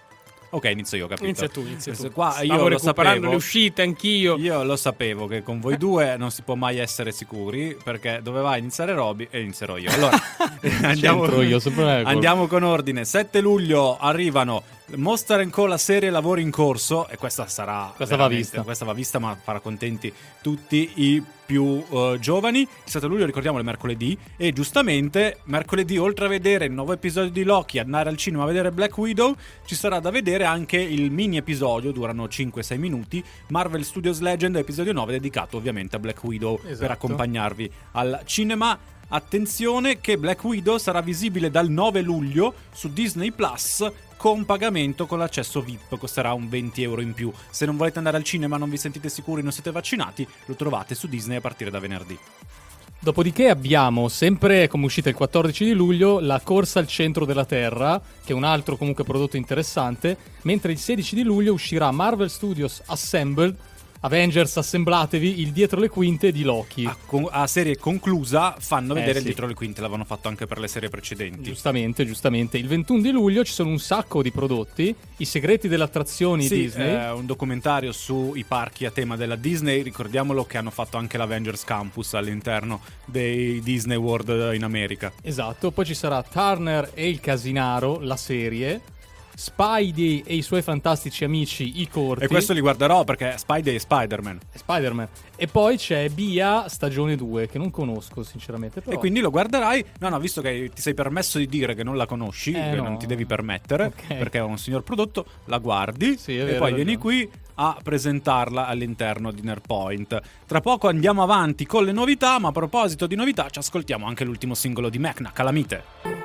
Ok, inizio io, capito? Inizia tu. Qua Stavo io lo recuperando sapevo. le uscite anch'io. Io lo sapevo che con voi due non si può mai essere sicuri, perché doveva iniziare Roby e inizierò io. Allora, C'entro io, sempre andiamo con ordine. 7 luglio arrivano Monster & Co, la serie lavori in corso, e questa sarà Questa va veramente- vista. questa va vista, ma farà contenti tutti i più giovani. Il 7 luglio, ricordiamo, è mercoledì, e giustamente mercoledì, oltre a vedere il nuovo episodio di Loki, andare al cinema a vedere Black Widow, ci sarà da vedere anche il mini episodio, durano 5-6 minuti, Marvel Studios Legend, episodio 9, dedicato ovviamente a Black Widow, Esatto. per accompagnarvi al cinema. Attenzione che Black Widow sarà visibile dal 9 luglio su Disney Plus con pagamento con l'accesso VIP, costerà un 20 euro in più. Se non volete andare al cinema, non vi sentite sicuri, non siete vaccinati, lo trovate su Disney a partire da venerdì. Dopodiché abbiamo, sempre come uscita il 14 di luglio, La corsa al centro della Terra, che è un altro comunque prodotto interessante, mentre il 16 di luglio uscirà Marvel Studios Assembled, Avengers assemblatevi, il dietro le quinte di Loki. A serie conclusa fanno vedere il sì. dietro le quinte, l'avevano fatto anche per le serie precedenti. Giustamente. Il 21 di luglio ci sono un sacco di prodotti, I segreti delle attrazioni Sì, Disney. un documentario sui parchi a tema della Disney. Ricordiamolo che hanno fatto anche l'Avengers Campus all'interno dei Disney World in America. Esatto, poi ci sarà Turner e il Casinaro, la serie, Spidey e i suoi fantastici amici, i corti. E questo li guarderò perché Spidey e Spider-Man. e Spider-Man. E poi c'è Bia stagione 2, che non conosco sinceramente, però E quindi lo guarderai. No, visto che ti sei permesso di dire che non la conosci, che no. non ti devi permettere, Ok. perché è un signor prodotto, la guardi Sì, è e vero, poi hai vieni ragione. qui a presentarla all'interno di Nerdpoint. Tra poco andiamo avanti con le novità, ma a proposito di novità ci ascoltiamo anche l'ultimo singolo di Mecna, Calamite.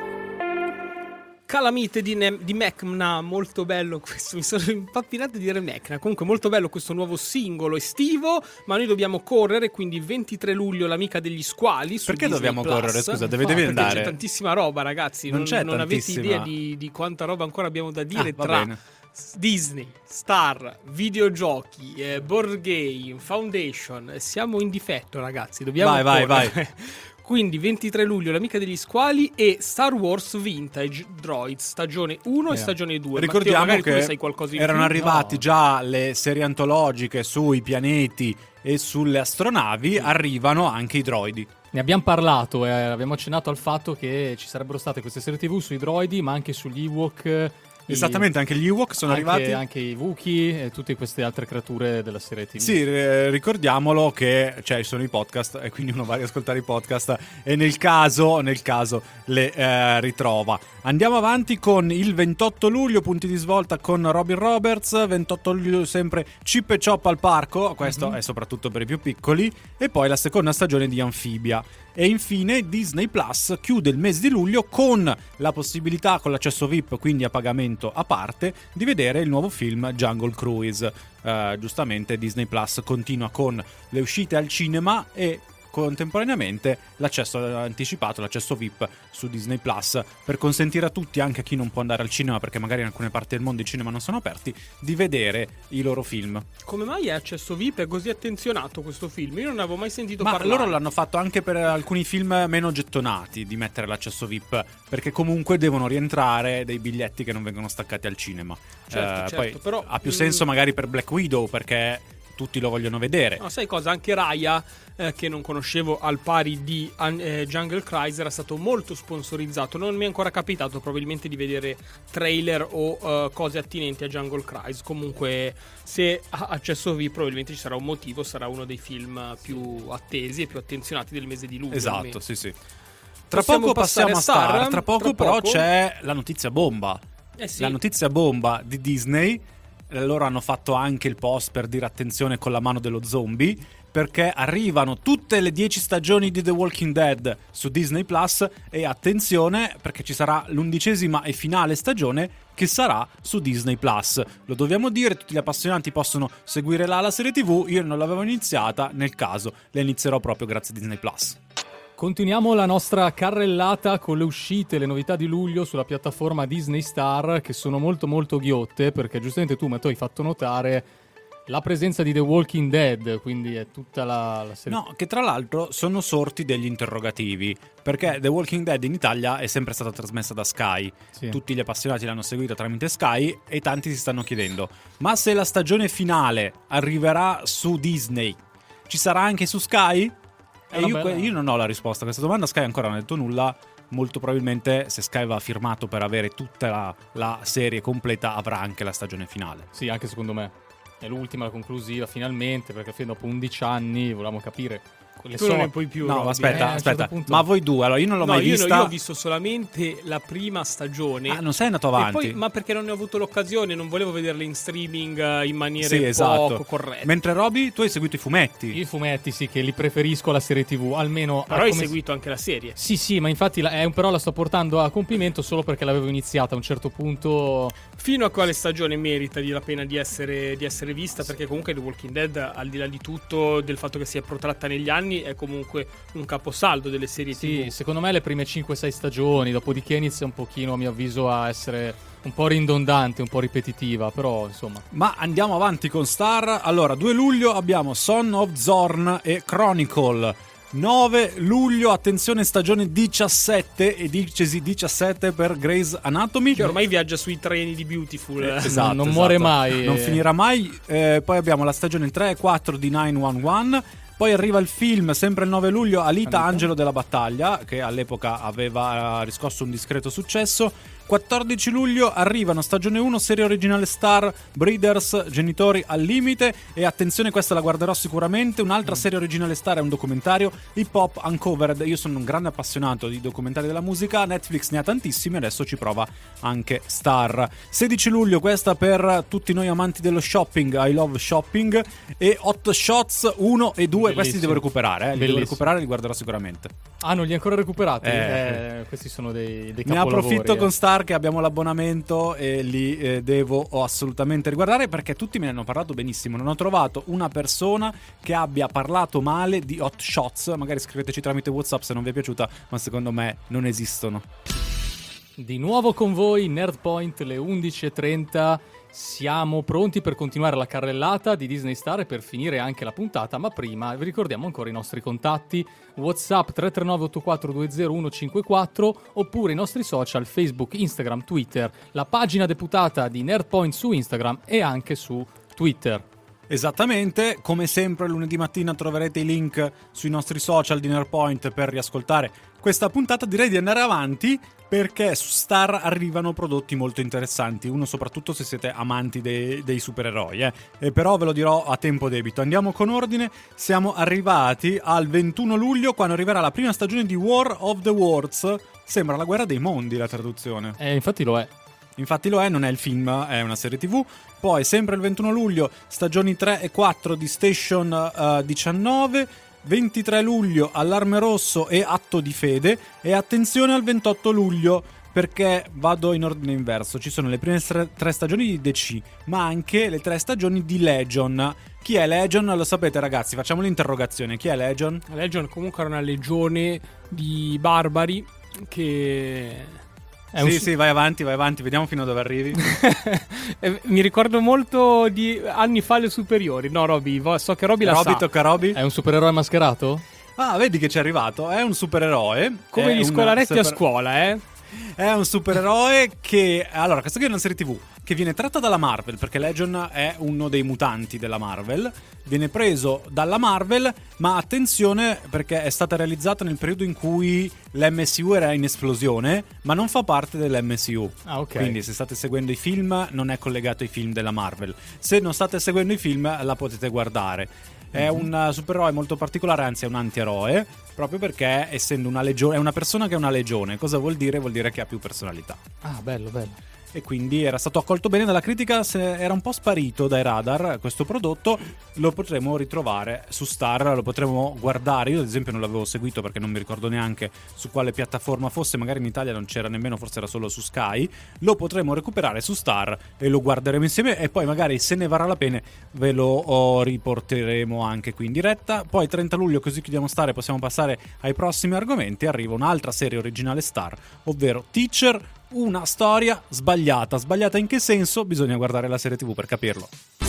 Calamite di Mecna, molto bello questo, mi sono impappinato di dire Mecna, comunque molto bello questo nuovo singolo estivo, ma noi dobbiamo correre, quindi 23 luglio l'amica degli squali su Perché Disney dobbiamo Plus. correre? Scusa, devi Perché andare. c'è tantissima roba, ragazzi, Non c'è avete tantissima. idea di quanta roba ancora abbiamo da dire Va tra bene. Disney, Star, videogiochi, board game, Foundation. Siamo in difetto, ragazzi, dobbiamo Vai. correre. Quindi 23 luglio l'amica degli squali e Star Wars Vintage Droids stagione 1 e stagione 2. Ricordiamo Matteo, magari tu ne che sai qualcosa in erano più? arrivati No. già le serie antologiche sui pianeti e sulle astronavi, arrivano anche i droidi. ne abbiamo parlato e abbiamo accennato al fatto che ci sarebbero state queste serie TV sui droidi, ma anche sugli Ewok. Esattamente, anche gli Ewok sono arrivati. Anche i Wookiee e tutte queste altre creature della serie TV. Sì, ricordiamolo che ci sono i podcast e quindi uno va a riascoltare i podcast e nel caso le ritrova. Andiamo avanti con il 28 luglio, punti di svolta con Robin Roberts. 28 luglio sempre Chip e Chop al parco, questo è soprattutto per i più piccoli, e poi la seconda stagione di Amphibia. E infine Disney Plus chiude il mese di luglio con la possibilità, con l'accesso VIP, quindi a pagamento a parte, di vedere il nuovo film Jungle Cruise. Giustamente Disney Plus continua con le uscite al cinema e contemporaneamente l'accesso anticipato, l'accesso VIP su Disney Plus, per consentire a tutti, anche a chi non può andare al cinema perché magari in alcune parti del mondo i cinema non sono aperti, di vedere i loro film. Come mai è accesso VIP? È così attenzionato questo film? Io non avevo mai sentito Ma parlare. loro l'hanno fatto anche per alcuni film meno gettonati, di mettere l'accesso VIP, perché comunque devono rientrare dei biglietti che non vengono staccati al cinema. Certo, poi però, ha più senso magari per Black Widow, perché tutti lo vogliono vedere. No, sai cosa? Anche Raya, che non conoscevo al pari di Jungle Cruise, era stato molto sponsorizzato. Non mi è ancora capitato probabilmente di vedere trailer o cose attinenti a Jungle Cruise. Comunque, se ha accesso VIP, probabilmente ci sarà un motivo. Sarà uno dei film più attesi e più attenzionati del mese di luglio. Esatto, almeno. sì. Tra Possiamo poco passare passiamo a a Star. Star. Tra poco però c'è la notizia bomba. Sì. La notizia bomba di Disney. Loro hanno fatto anche il post per dire attenzione con la mano dello zombie, perché arrivano tutte le 10 stagioni di The Walking Dead su Disney Plus, e attenzione perché ci sarà l'11ª e finale stagione che sarà su Disney Plus. Lo dobbiamo dire, tutti gli appassionati possono seguire là la serie TV. Io non l'avevo iniziata, nel caso la inizierò proprio grazie a Disney Plus. Continuiamo la nostra carrellata con le uscite, le novità di luglio sulla piattaforma Disney Star, che sono molto molto ghiotte, perché giustamente tu, Matteo, hai fatto notare la presenza di The Walking Dead, quindi è tutta la serie. No, che tra l'altro sono sorti degli interrogativi, perché The Walking Dead in Italia è sempre stata trasmessa da Sky. Sì. Tutti gli appassionati l'hanno seguita tramite Sky e tanti si stanno chiedendo: ma se la stagione finale arriverà su Disney, ci sarà anche su Sky? E io non ho la risposta a questa domanda. Sky ancora non ha detto nulla. Molto probabilmente, se Sky va firmato per avere tutta la serie completa, avrà anche la stagione finale. Sì, anche secondo me. È l'ultima, la conclusiva, finalmente, perché dopo 11 anni volevamo capire. Tu non ne puoi più. No, Robby. aspetta. a un certo punto. Ma voi due, allora io non l'ho mai vista. Io ho visto solamente la prima stagione. Ah, non sei andato avanti? E poi, ma perché non ne ho avuto l'occasione, non volevo vederla in streaming in maniera sì, esatto. poco corretta. Mentre Robby, tu hai seguito i fumetti. I fumetti, sì, che li preferisco alla serie TV, almeno. Però hai seguito anche la serie. Sì, ma infatti però la sto portando a compimento solo perché l'avevo iniziata a un certo punto. Fino a quale stagione merita la pena di essere vista? Perché comunque The Walking Dead, al di là di tutto, del fatto che sia protratta negli anni, è comunque un caposaldo delle serie sì, TV. Secondo me le prime 5-6 stagioni, dopodiché inizia un pochino, a mio avviso, a essere un po' ridondante, un po' ripetitiva, però insomma. Ma andiamo avanti con Star. Allora, 2 luglio abbiamo Son of Zorn e Chronicle. 9 luglio, attenzione, stagione 17, e dicesi 17 per Grey's Anatomy, Che ormai viaggia sui treni di Beautiful. Esatto, non muore mai. Non finirà mai. Poi abbiamo la stagione 3 e 4 di 911. Poi arriva il film, sempre il 9 luglio, Alita, Angelo della Battaglia, che all'epoca aveva riscosso un discreto successo. 14 luglio arrivano stagione 1, serie originale Star, Breeders, Genitori al limite. E attenzione, questa la guarderò sicuramente. Un'altra serie originale Star è un documentario, Hip Hop Uncovered. Io sono un grande appassionato di documentari della musica, Netflix ne ha tantissimi, adesso ci prova anche Star. 16 luglio, questa per tutti noi amanti dello shopping, I Love Shopping, e Hot Shots 1 e 2. Bellissimo. Questi li devo recuperare, li devo recuperare, li guarderò sicuramente. Ah, non li hai ancora recuperati? Questi sono dei Ne capolavori. approfitto con Star che abbiamo l'abbonamento e li devo assolutamente riguardare, perché tutti me ne hanno parlato benissimo. Non ho trovato una persona che abbia parlato male di Hot Shots. Magari scriveteci tramite WhatsApp se non vi è piaciuta, ma secondo me non esistono. Di nuovo con voi, Nerdpoint, le 11:30. Siamo pronti per continuare la carrellata di Disney Star e per finire anche la puntata, ma prima vi ricordiamo ancora i nostri contatti: WhatsApp 339-8420154, oppure i nostri social Facebook, Instagram, Twitter, la pagina deputata di Nerdpoint su Instagram e anche su Twitter. Esattamente, come sempre lunedì mattina troverete i link sui nostri social di Nerdpoint per riascoltare questa puntata. Direi di andare avanti, perché su Star arrivano prodotti molto interessanti, uno soprattutto se siete amanti dei supereroi, e però ve lo dirò a tempo debito. Andiamo con ordine. Siamo arrivati al 21 luglio, quando arriverà la prima stagione di War of the Worlds. Sembra la guerra dei mondi la traduzione. Infatti lo è. Infatti lo è, non è il film, è una serie TV. Poi sempre il 21 luglio stagioni 3 e 4 di Station 19. 23 luglio Allarme Rosso e Atto di Fede. E attenzione al 28 luglio, perché vado in ordine inverso. Ci sono le prime 3 stagioni di DC, ma anche le 3 stagioni di Legion. Chi è Legion? Lo sapete, ragazzi? Facciamo l'interrogazione. Chi è Legion? Legion comunque era una legione di barbari che... Sì, vai avanti, vediamo fino a dove arrivi. Mi ricordo molto di anni fa le superiori. No, Robby, so che Robby la sa. Tocca a Robby. È un supereroe mascherato? Ah, vedi che ci è arrivato. È un supereroe. Come gli scolaretti a scuola, È un supereroe che... Allora, questa qui è una serie TV che viene tratta dalla Marvel, perché Legion è uno dei mutanti della Marvel. Viene preso dalla Marvel, ma attenzione, perché è stata realizzata nel periodo in cui l'MCU era in esplosione, ma non fa parte dell'MCU. Ah, ok. Quindi se state seguendo i film, non è collegato ai film della Marvel. Se non state seguendo i film, la potete guardare. È un supereroe molto particolare, anzi è un antieroe, proprio perché essendo una legione, è una persona che è una legione. Cosa vuol dire? Vuol dire che ha più personalità. Ah, bello. E quindi era stato accolto bene dalla critica. Se era un po' sparito dai radar questo prodotto, lo potremo ritrovare su Star, lo potremo guardare. Io ad esempio non l'avevo seguito perché non mi ricordo neanche su quale piattaforma fosse, magari in Italia non c'era nemmeno, forse era solo su Sky. Lo potremo recuperare su Star e lo guarderemo insieme, e poi magari se ne varrà la pena ve lo riporteremo anche qui in diretta. Poi 30 luglio, così chiudiamo Star e possiamo passare ai prossimi argomenti. Arriva un'altra serie originale Star, ovvero Teacher. Una storia sbagliata in che senso? Bisogna guardare la serie TV per capirlo.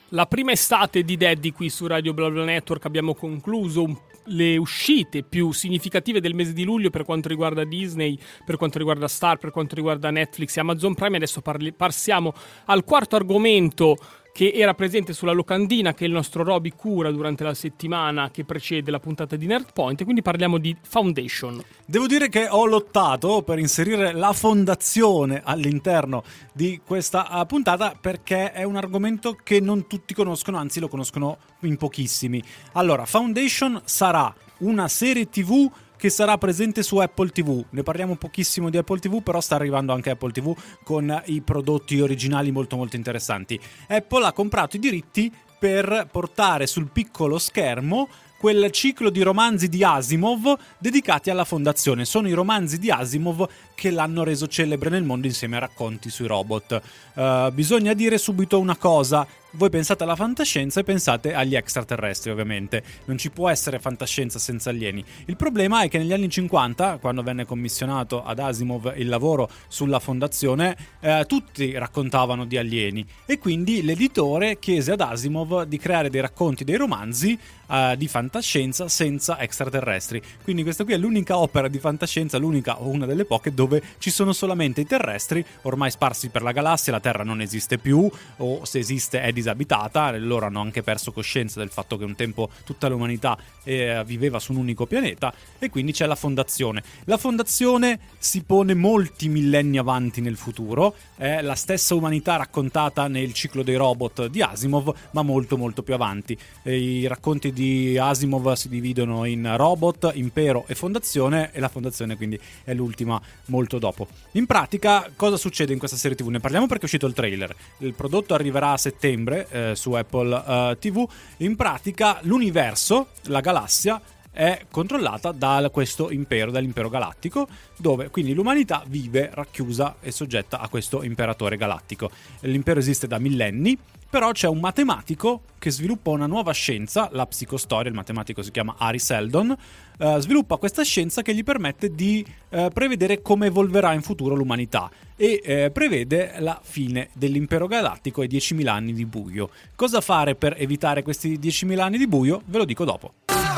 La prima estate di Daddy qui su Radio BlaBla Network abbiamo concluso le uscite più significative del mese di luglio per quanto riguarda Disney, per quanto riguarda Star, per quanto riguarda Netflix e Amazon Prime. Adesso passiamo al quarto argomento che era presente sulla locandina che il nostro Roby cura durante la settimana che precede la puntata di Nerd Point, e quindi parliamo di Foundation. Devo dire che ho lottato per inserire la fondazione all'interno di questa puntata perché è un argomento che non tutti conoscono, anzi lo conoscono in pochissimi. Allora, Foundation sarà una serie TV che sarà presente su Apple TV. Ne parliamo pochissimo di Apple TV, però sta arrivando anche Apple TV con i prodotti originali molto molto interessanti. Apple ha comprato i diritti per portare sul piccolo schermo quel ciclo di romanzi di Asimov dedicati alla fondazione. Sono i romanzi di Asimov che l'hanno reso celebre nel mondo insieme a racconti sui robot. Bisogna dire subito una cosa: voi pensate alla fantascienza e pensate agli extraterrestri, ovviamente. Non ci può essere fantascienza senza alieni. Il problema è che negli anni 50, quando venne commissionato ad Asimov il lavoro sulla fondazione, tutti raccontavano di alieni, e quindi l'editore chiese ad Asimov di creare dei racconti, dei romanzi di fantascienza senza extraterrestri. Quindi questa qui è l'unica opera di fantascienza, l'unica o una delle poche dove ci sono solamente i terrestri, ormai sparsi per la galassia. La Terra non esiste più, o se esiste è disabitata. Loro hanno anche perso coscienza del fatto che un tempo tutta l'umanità viveva su un unico pianeta, e quindi c'è la fondazione. La fondazione si pone molti millenni avanti nel futuro, è la stessa umanità raccontata nel ciclo dei robot di Asimov, ma molto molto più avanti. I racconti di Asimov si dividono in robot, impero e fondazione, e la fondazione quindi è l'ultima molto dopo. In pratica cosa succede in questa serie TV? Ne parliamo perché è uscito il trailer. Il prodotto arriverà a settembre su Apple TV. In pratica l'universo, la galassia, è controllata da questo impero, dall'impero galattico, dove quindi l'umanità vive racchiusa e soggetta a questo imperatore galattico. L'impero esiste da millenni, però c'è un matematico che sviluppa una nuova scienza, la psicostoria. Il matematico si chiama Ari Seldon. Sviluppa questa scienza che gli permette di prevedere come evolverà in futuro l'umanità, e prevede la fine dell'impero galattico e 10.000 anni di buio. Cosa fare per evitare questi 10.000 anni di buio? Ve lo dico dopo.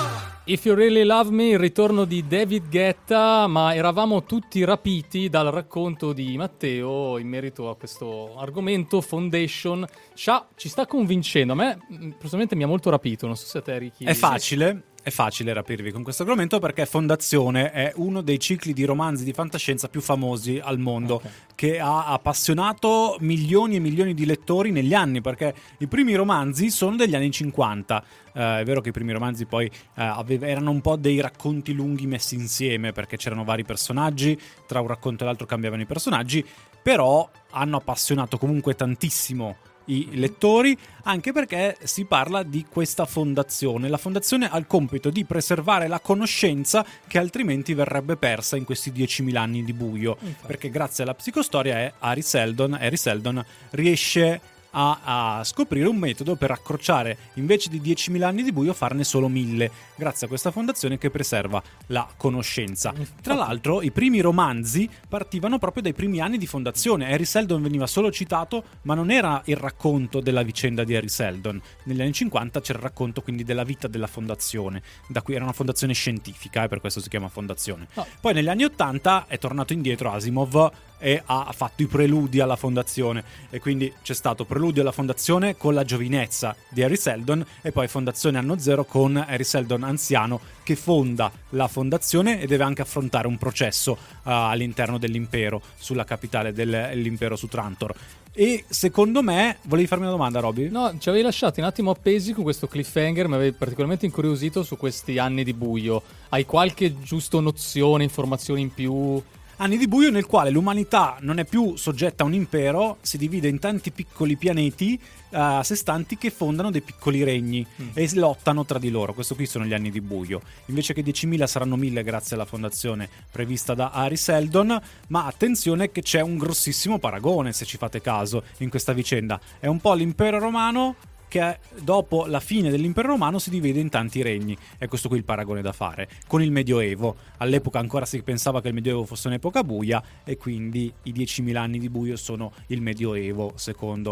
If You Really Love Me, il ritorno di David Guetta, ma eravamo tutti rapiti dal racconto di Matteo in merito a questo argomento. Foundation ci sta convincendo. A me personalmente mi ha molto rapito, non so se a te, Ricky. È facile rapirvi con questo argomento perché Fondazione è uno dei cicli di romanzi di fantascienza più famosi al mondo, okay, che ha appassionato milioni e milioni di lettori negli anni, perché i primi romanzi sono degli anni 50. È vero che i primi romanzi poi erano un po' dei racconti lunghi messi insieme, perché c'erano vari personaggi, tra un racconto e l'altro cambiavano i personaggi, però hanno appassionato comunque tantissimo i lettori, anche perché si parla di questa fondazione. La fondazione ha il compito di preservare la conoscenza che altrimenti verrebbe persa in questi 10.000 anni di buio. Infatti. Perché grazie alla psicostoria Ari Seldon riesce a scoprire un metodo per accorciare, invece di 10.000 anni di buio, farne solo 1.000, grazie a questa fondazione che preserva la conoscenza. Tra l'altro i primi romanzi partivano proprio dai primi anni di fondazione. Ari Seldon veniva solo citato, ma non era il racconto della vicenda di Ari Seldon. Negli anni 50 c'era il racconto quindi della vita della fondazione, da cui era una fondazione scientifica, per questo si chiama fondazione. Poi negli anni 80 è tornato indietro Asimov e ha fatto i preludi alla fondazione, e quindi c'è stato preludio alla fondazione con la giovinezza di Ari Seldon, e poi fondazione anno zero con Ari Seldon anziano che fonda la fondazione e deve anche affrontare un processo all'interno dell'impero, sulla capitale dell'impero, su Trantor. E secondo me, volevi farmi una domanda, Roby? No, ci avevi lasciati un attimo appesi con questo cliffhanger, mi avevi particolarmente incuriosito su questi anni di buio. Hai qualche giusto nozione, informazioni in più? Anni di buio nel quale l'umanità non è più soggetta a un impero, si divide in tanti piccoli pianeti a sé stanti che fondano dei piccoli regni e lottano tra di loro. Questo qui sono gli anni di buio. Invece che 10.000 saranno 1.000 grazie alla fondazione prevista da Ari Seldon, ma attenzione che c'è un grossissimo paragone, se ci fate caso, in questa vicenda. È un po' l'impero romano che dopo la fine dell'impero romano si divide in tanti regni. È questo qui il paragone da fare con il Medioevo. All'epoca ancora si pensava che il Medioevo fosse un'epoca buia, e quindi i 10.000 anni di buio sono il Medioevo, secondo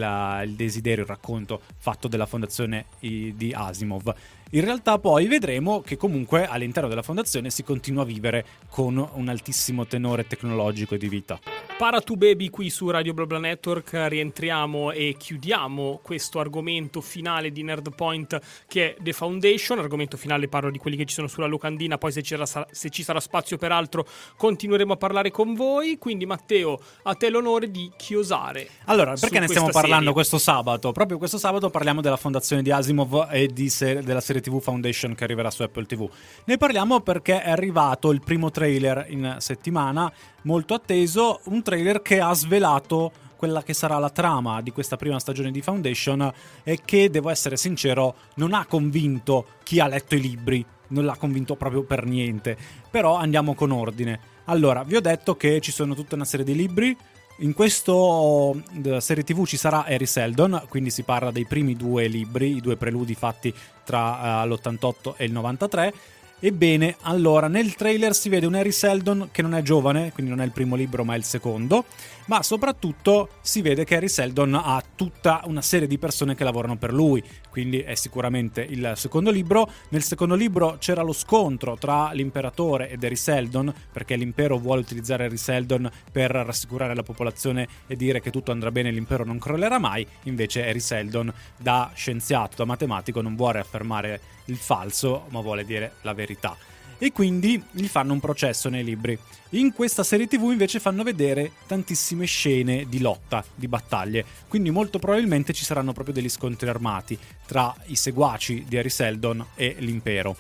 il desiderio, il racconto fatto della fondazione di Asimov. In realtà poi vedremo che comunque all'interno della fondazione si continua a vivere con un altissimo tenore tecnologico e di vita. Para tu baby qui su Radio BlaBla Network, rientriamo e chiudiamo questo argomento finale di Nerdpoint, che è The Foundation. Argomento finale, parlo di quelli che ci sono sulla locandina, poi se ci sarà spazio per altro continueremo a parlare con voi. Quindi Matteo, a te l'onore di chiosare. Allora, perché ne stiamo parlando serie? questo sabato? Proprio questo sabato parliamo della fondazione di Asimov e della serie TV Foundation che arriverà su Apple TV. Ne parliamo perché è arrivato il primo trailer in settimana, molto atteso, un trailer che ha svelato quella che sarà la trama di questa prima stagione di Foundation e che, devo essere sincero, non ha convinto chi ha letto i libri, non l'ha convinto proprio per niente. Però andiamo con ordine. Allora, vi ho detto che ci sono tutta una serie di libri. In questo serie TV ci sarà Harry Seldon, quindi si parla dei primi 2 libri, i 2 preludi fatti tra l'88 e il 93. Ebbene, allora, nel trailer si vede un Harry Seldon che non è giovane, quindi non è il primo libro ma è il secondo, ma soprattutto si vede che Harry Seldon ha tutta una serie di persone che lavorano per lui, quindi è sicuramente il secondo libro. Nel secondo libro c'era lo scontro tra l'imperatore ed Harry Seldon, perché l'impero vuole utilizzare Harry Seldon per rassicurare la popolazione e dire che tutto andrà bene e l'impero non crollerà mai. Invece Harry Seldon, da scienziato, da matematico, non vuole affermare il falso, ma vuole dire la verità. E quindi gli fanno un processo nei libri. In questa serie TV invece fanno vedere tantissime scene di lotta, di battaglie, quindi molto probabilmente ci saranno proprio degli scontri armati tra i seguaci di Harry Seldon e l'impero.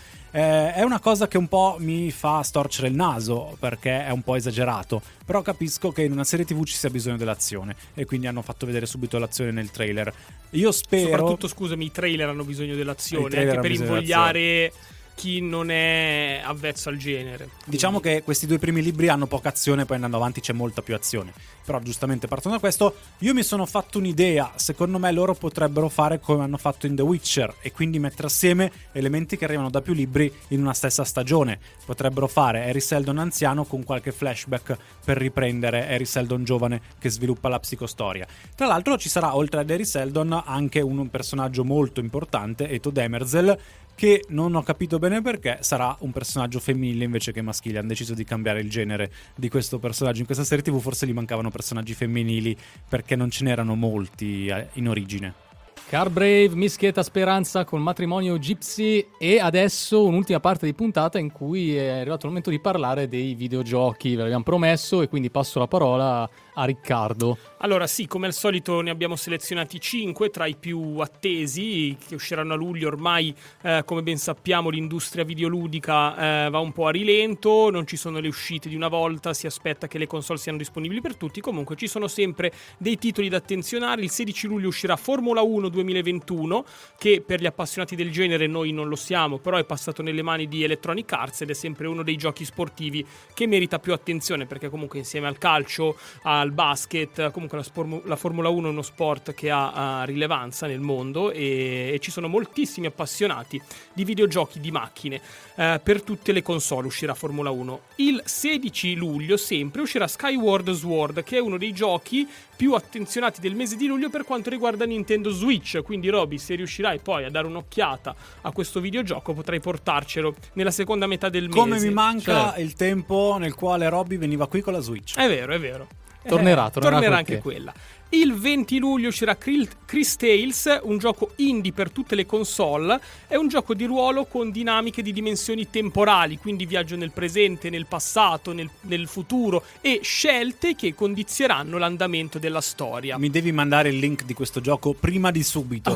È una cosa che un po' mi fa storcere il naso, perché è un po' esagerato, però capisco che in una serie TV ci sia bisogno dell'azione e quindi hanno fatto vedere subito l'azione nel trailer. Io spero... Soprattutto, scusami, i trailer hanno bisogno dell'azione, trailer anche per hanno bisogno invogliare chi non è avvezzo al genere. Diciamo che questi 2 primi libri hanno poca azione, poi andando avanti c'è molta più azione. Però giustamente partendo da questo, io mi sono fatto un'idea. Secondo me loro potrebbero fare come hanno fatto in The Witcher e quindi mettere assieme elementi che arrivano da più libri in una stessa stagione. Potrebbero fare Harry Seldon anziano con qualche flashback per riprendere Harry Seldon giovane che sviluppa la psicostoria. Tra l'altro ci sarà, oltre ad Harry Seldon, anche un personaggio molto importante, Eto Demerzel, che non ho capito bene perché sarà un personaggio femminile invece che maschile. Hanno deciso di cambiare il genere di questo personaggio. In questa serie TV forse gli mancavano personaggi femminili perché non ce n'erano molti in origine. Carbrave, Mischieta Speranza con Matrimonio Gypsy, e adesso un'ultima parte di puntata in cui è arrivato il momento di parlare dei videogiochi. Ve l'abbiamo promesso e quindi passo la parola a Riccardo. Allora sì, come al solito ne abbiamo selezionati 5 tra i più attesi che usciranno a luglio. Ormai come ben sappiamo l'industria videoludica va un po' a rilento, non ci sono le uscite di una volta, si aspetta che le console siano disponibili per tutti. Comunque ci sono sempre dei titoli da attenzionare. Il 16 luglio uscirà Formula 1 2021, che per gli appassionati del genere, noi non lo siamo, però è passato nelle mani di Electronic Arts ed è sempre uno dei giochi sportivi che merita più attenzione, perché comunque insieme al calcio, al basket, comunque la Formula 1 è uno sport che ha rilevanza nel mondo e ci sono moltissimi appassionati di videogiochi di macchine. Per tutte le console uscirà Formula 1. Il 16 luglio sempre uscirà Skyward Sword, che è uno dei giochi più attenzionati del mese di luglio per quanto riguarda Nintendo Switch. Quindi Roby, se riuscirai poi a dare un'occhiata a questo videogioco, potrai portarcelo nella seconda metà del mese. Come mi manca il tempo nel quale Roby veniva qui con la Switch. È vero. Tornerà anche quella. Il 20 luglio uscirà Chris Tales, un gioco indie per tutte le console. È un gioco di ruolo con dinamiche di dimensioni temporali, quindi viaggio nel presente, nel passato, nel futuro, e scelte che condizioneranno l'andamento della storia. Mi devi mandare il link di questo gioco prima di subito.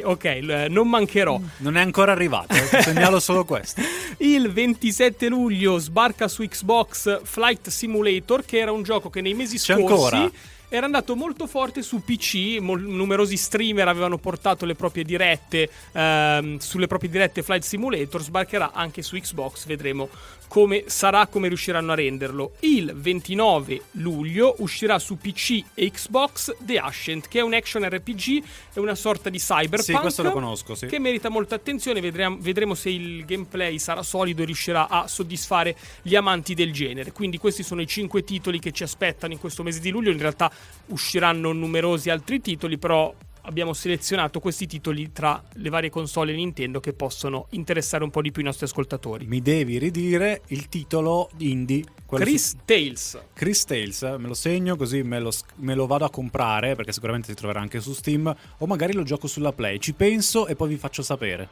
Ok, non mancherò. Non è ancora arrivato, segnalo solo questo. Il 27 luglio sbarca su Xbox Flight Simulator, che era un gioco che nei mesi C'è scorsi ancora? era andato molto forte su PC, numerosi streamer avevano portato le proprie dirette, sulle proprie dirette Flight Simulator, sbarcherà anche su Xbox, vedremo come sarà, come riusciranno a renderlo. Il 29 luglio uscirà su PC e Xbox The Ascent, che è un action RPG, è una sorta di cyberpunk. Sì, questo lo conosco, sì. Che merita molta attenzione, vedremo se il gameplay sarà solido e riuscirà a soddisfare gli amanti del genere. Quindi questi sono i 5 titoli che ci aspettano in questo mese di luglio. In realtà usciranno numerosi altri titoli, però abbiamo selezionato questi titoli tra le varie console Nintendo che possono interessare un po' di più i nostri ascoltatori. Mi devi ridire il titolo indie. Chris Tales. Chris Tales, me lo segno così me lo vado a comprare, perché sicuramente si troverà anche su Steam, o magari lo gioco sulla Play. Ci penso e poi vi faccio sapere.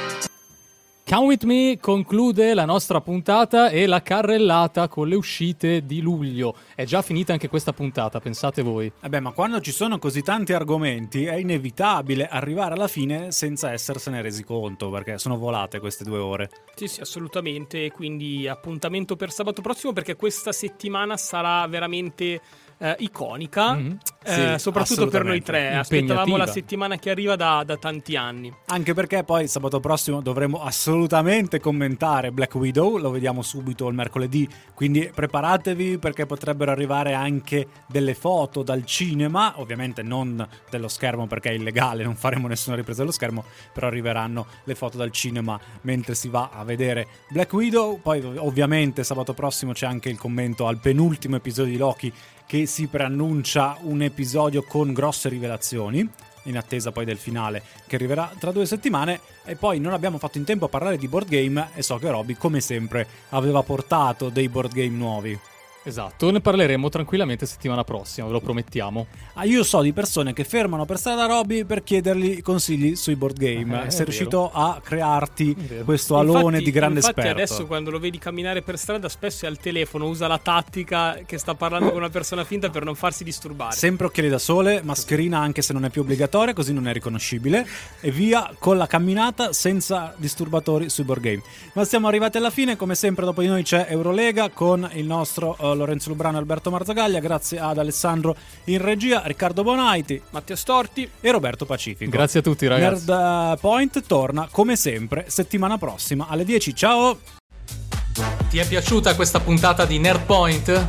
Come With Me conclude la nostra puntata e la carrellata con le uscite di luglio. È già finita anche questa puntata, pensate voi. Ma quando ci sono così tanti argomenti è inevitabile arrivare alla fine senza essersene resi conto, perché sono volate queste 2 ore. Sì, assolutamente, quindi appuntamento per sabato prossimo, perché questa settimana sarà veramente iconica, soprattutto per noi tre. Aspettavamo la settimana che arriva da tanti anni. Anche perché poi sabato prossimo dovremo assolutamente commentare Black Widow, lo vediamo subito il mercoledì, quindi preparatevi perché potrebbero arrivare anche delle foto dal cinema, ovviamente non dello schermo perché è illegale, non faremo nessuna ripresa dello schermo, però arriveranno le foto dal cinema mentre si va a vedere Black Widow. Poi ovviamente sabato prossimo c'è anche il commento al penultimo episodio di Loki, che si preannuncia un episodio con grosse rivelazioni, in attesa poi del finale che arriverà tra 2 settimane. E poi non abbiamo fatto in tempo a parlare di board game e so che Roby come sempre aveva portato dei board game nuovi. Esatto, ne parleremo tranquillamente settimana prossima, ve lo promettiamo. Io so di persone che fermano per strada Roby per chiedergli consigli sui board game. Sei riuscito a crearti questo alone di grande esperto. Infatti adesso quando lo vedi camminare per strada spesso è al telefono, usa la tattica che sta parlando con una persona finta per non farsi disturbare. Sempre occhiali da sole, mascherina anche se non è più obbligatoria, così non è riconoscibile, e via con la camminata senza disturbatori sui board game. Ma siamo arrivati alla fine, come sempre dopo di noi c'è Eurolega con il nostro Lorenzo Lubrano e Alberto Marzagaglia, grazie ad Alessandro in regia, Riccardo Bonaiti, Matteo Storti e Roberto Pacifico. Grazie a tutti, ragazzi. Nerd Point torna come sempre settimana prossima alle 10. Ciao! Ti è piaciuta questa puntata di Nerd Point?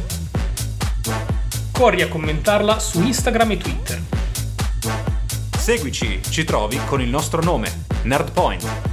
Corri a commentarla su Instagram e Twitter. Seguici, ci trovi con il nostro nome, Nerd Point.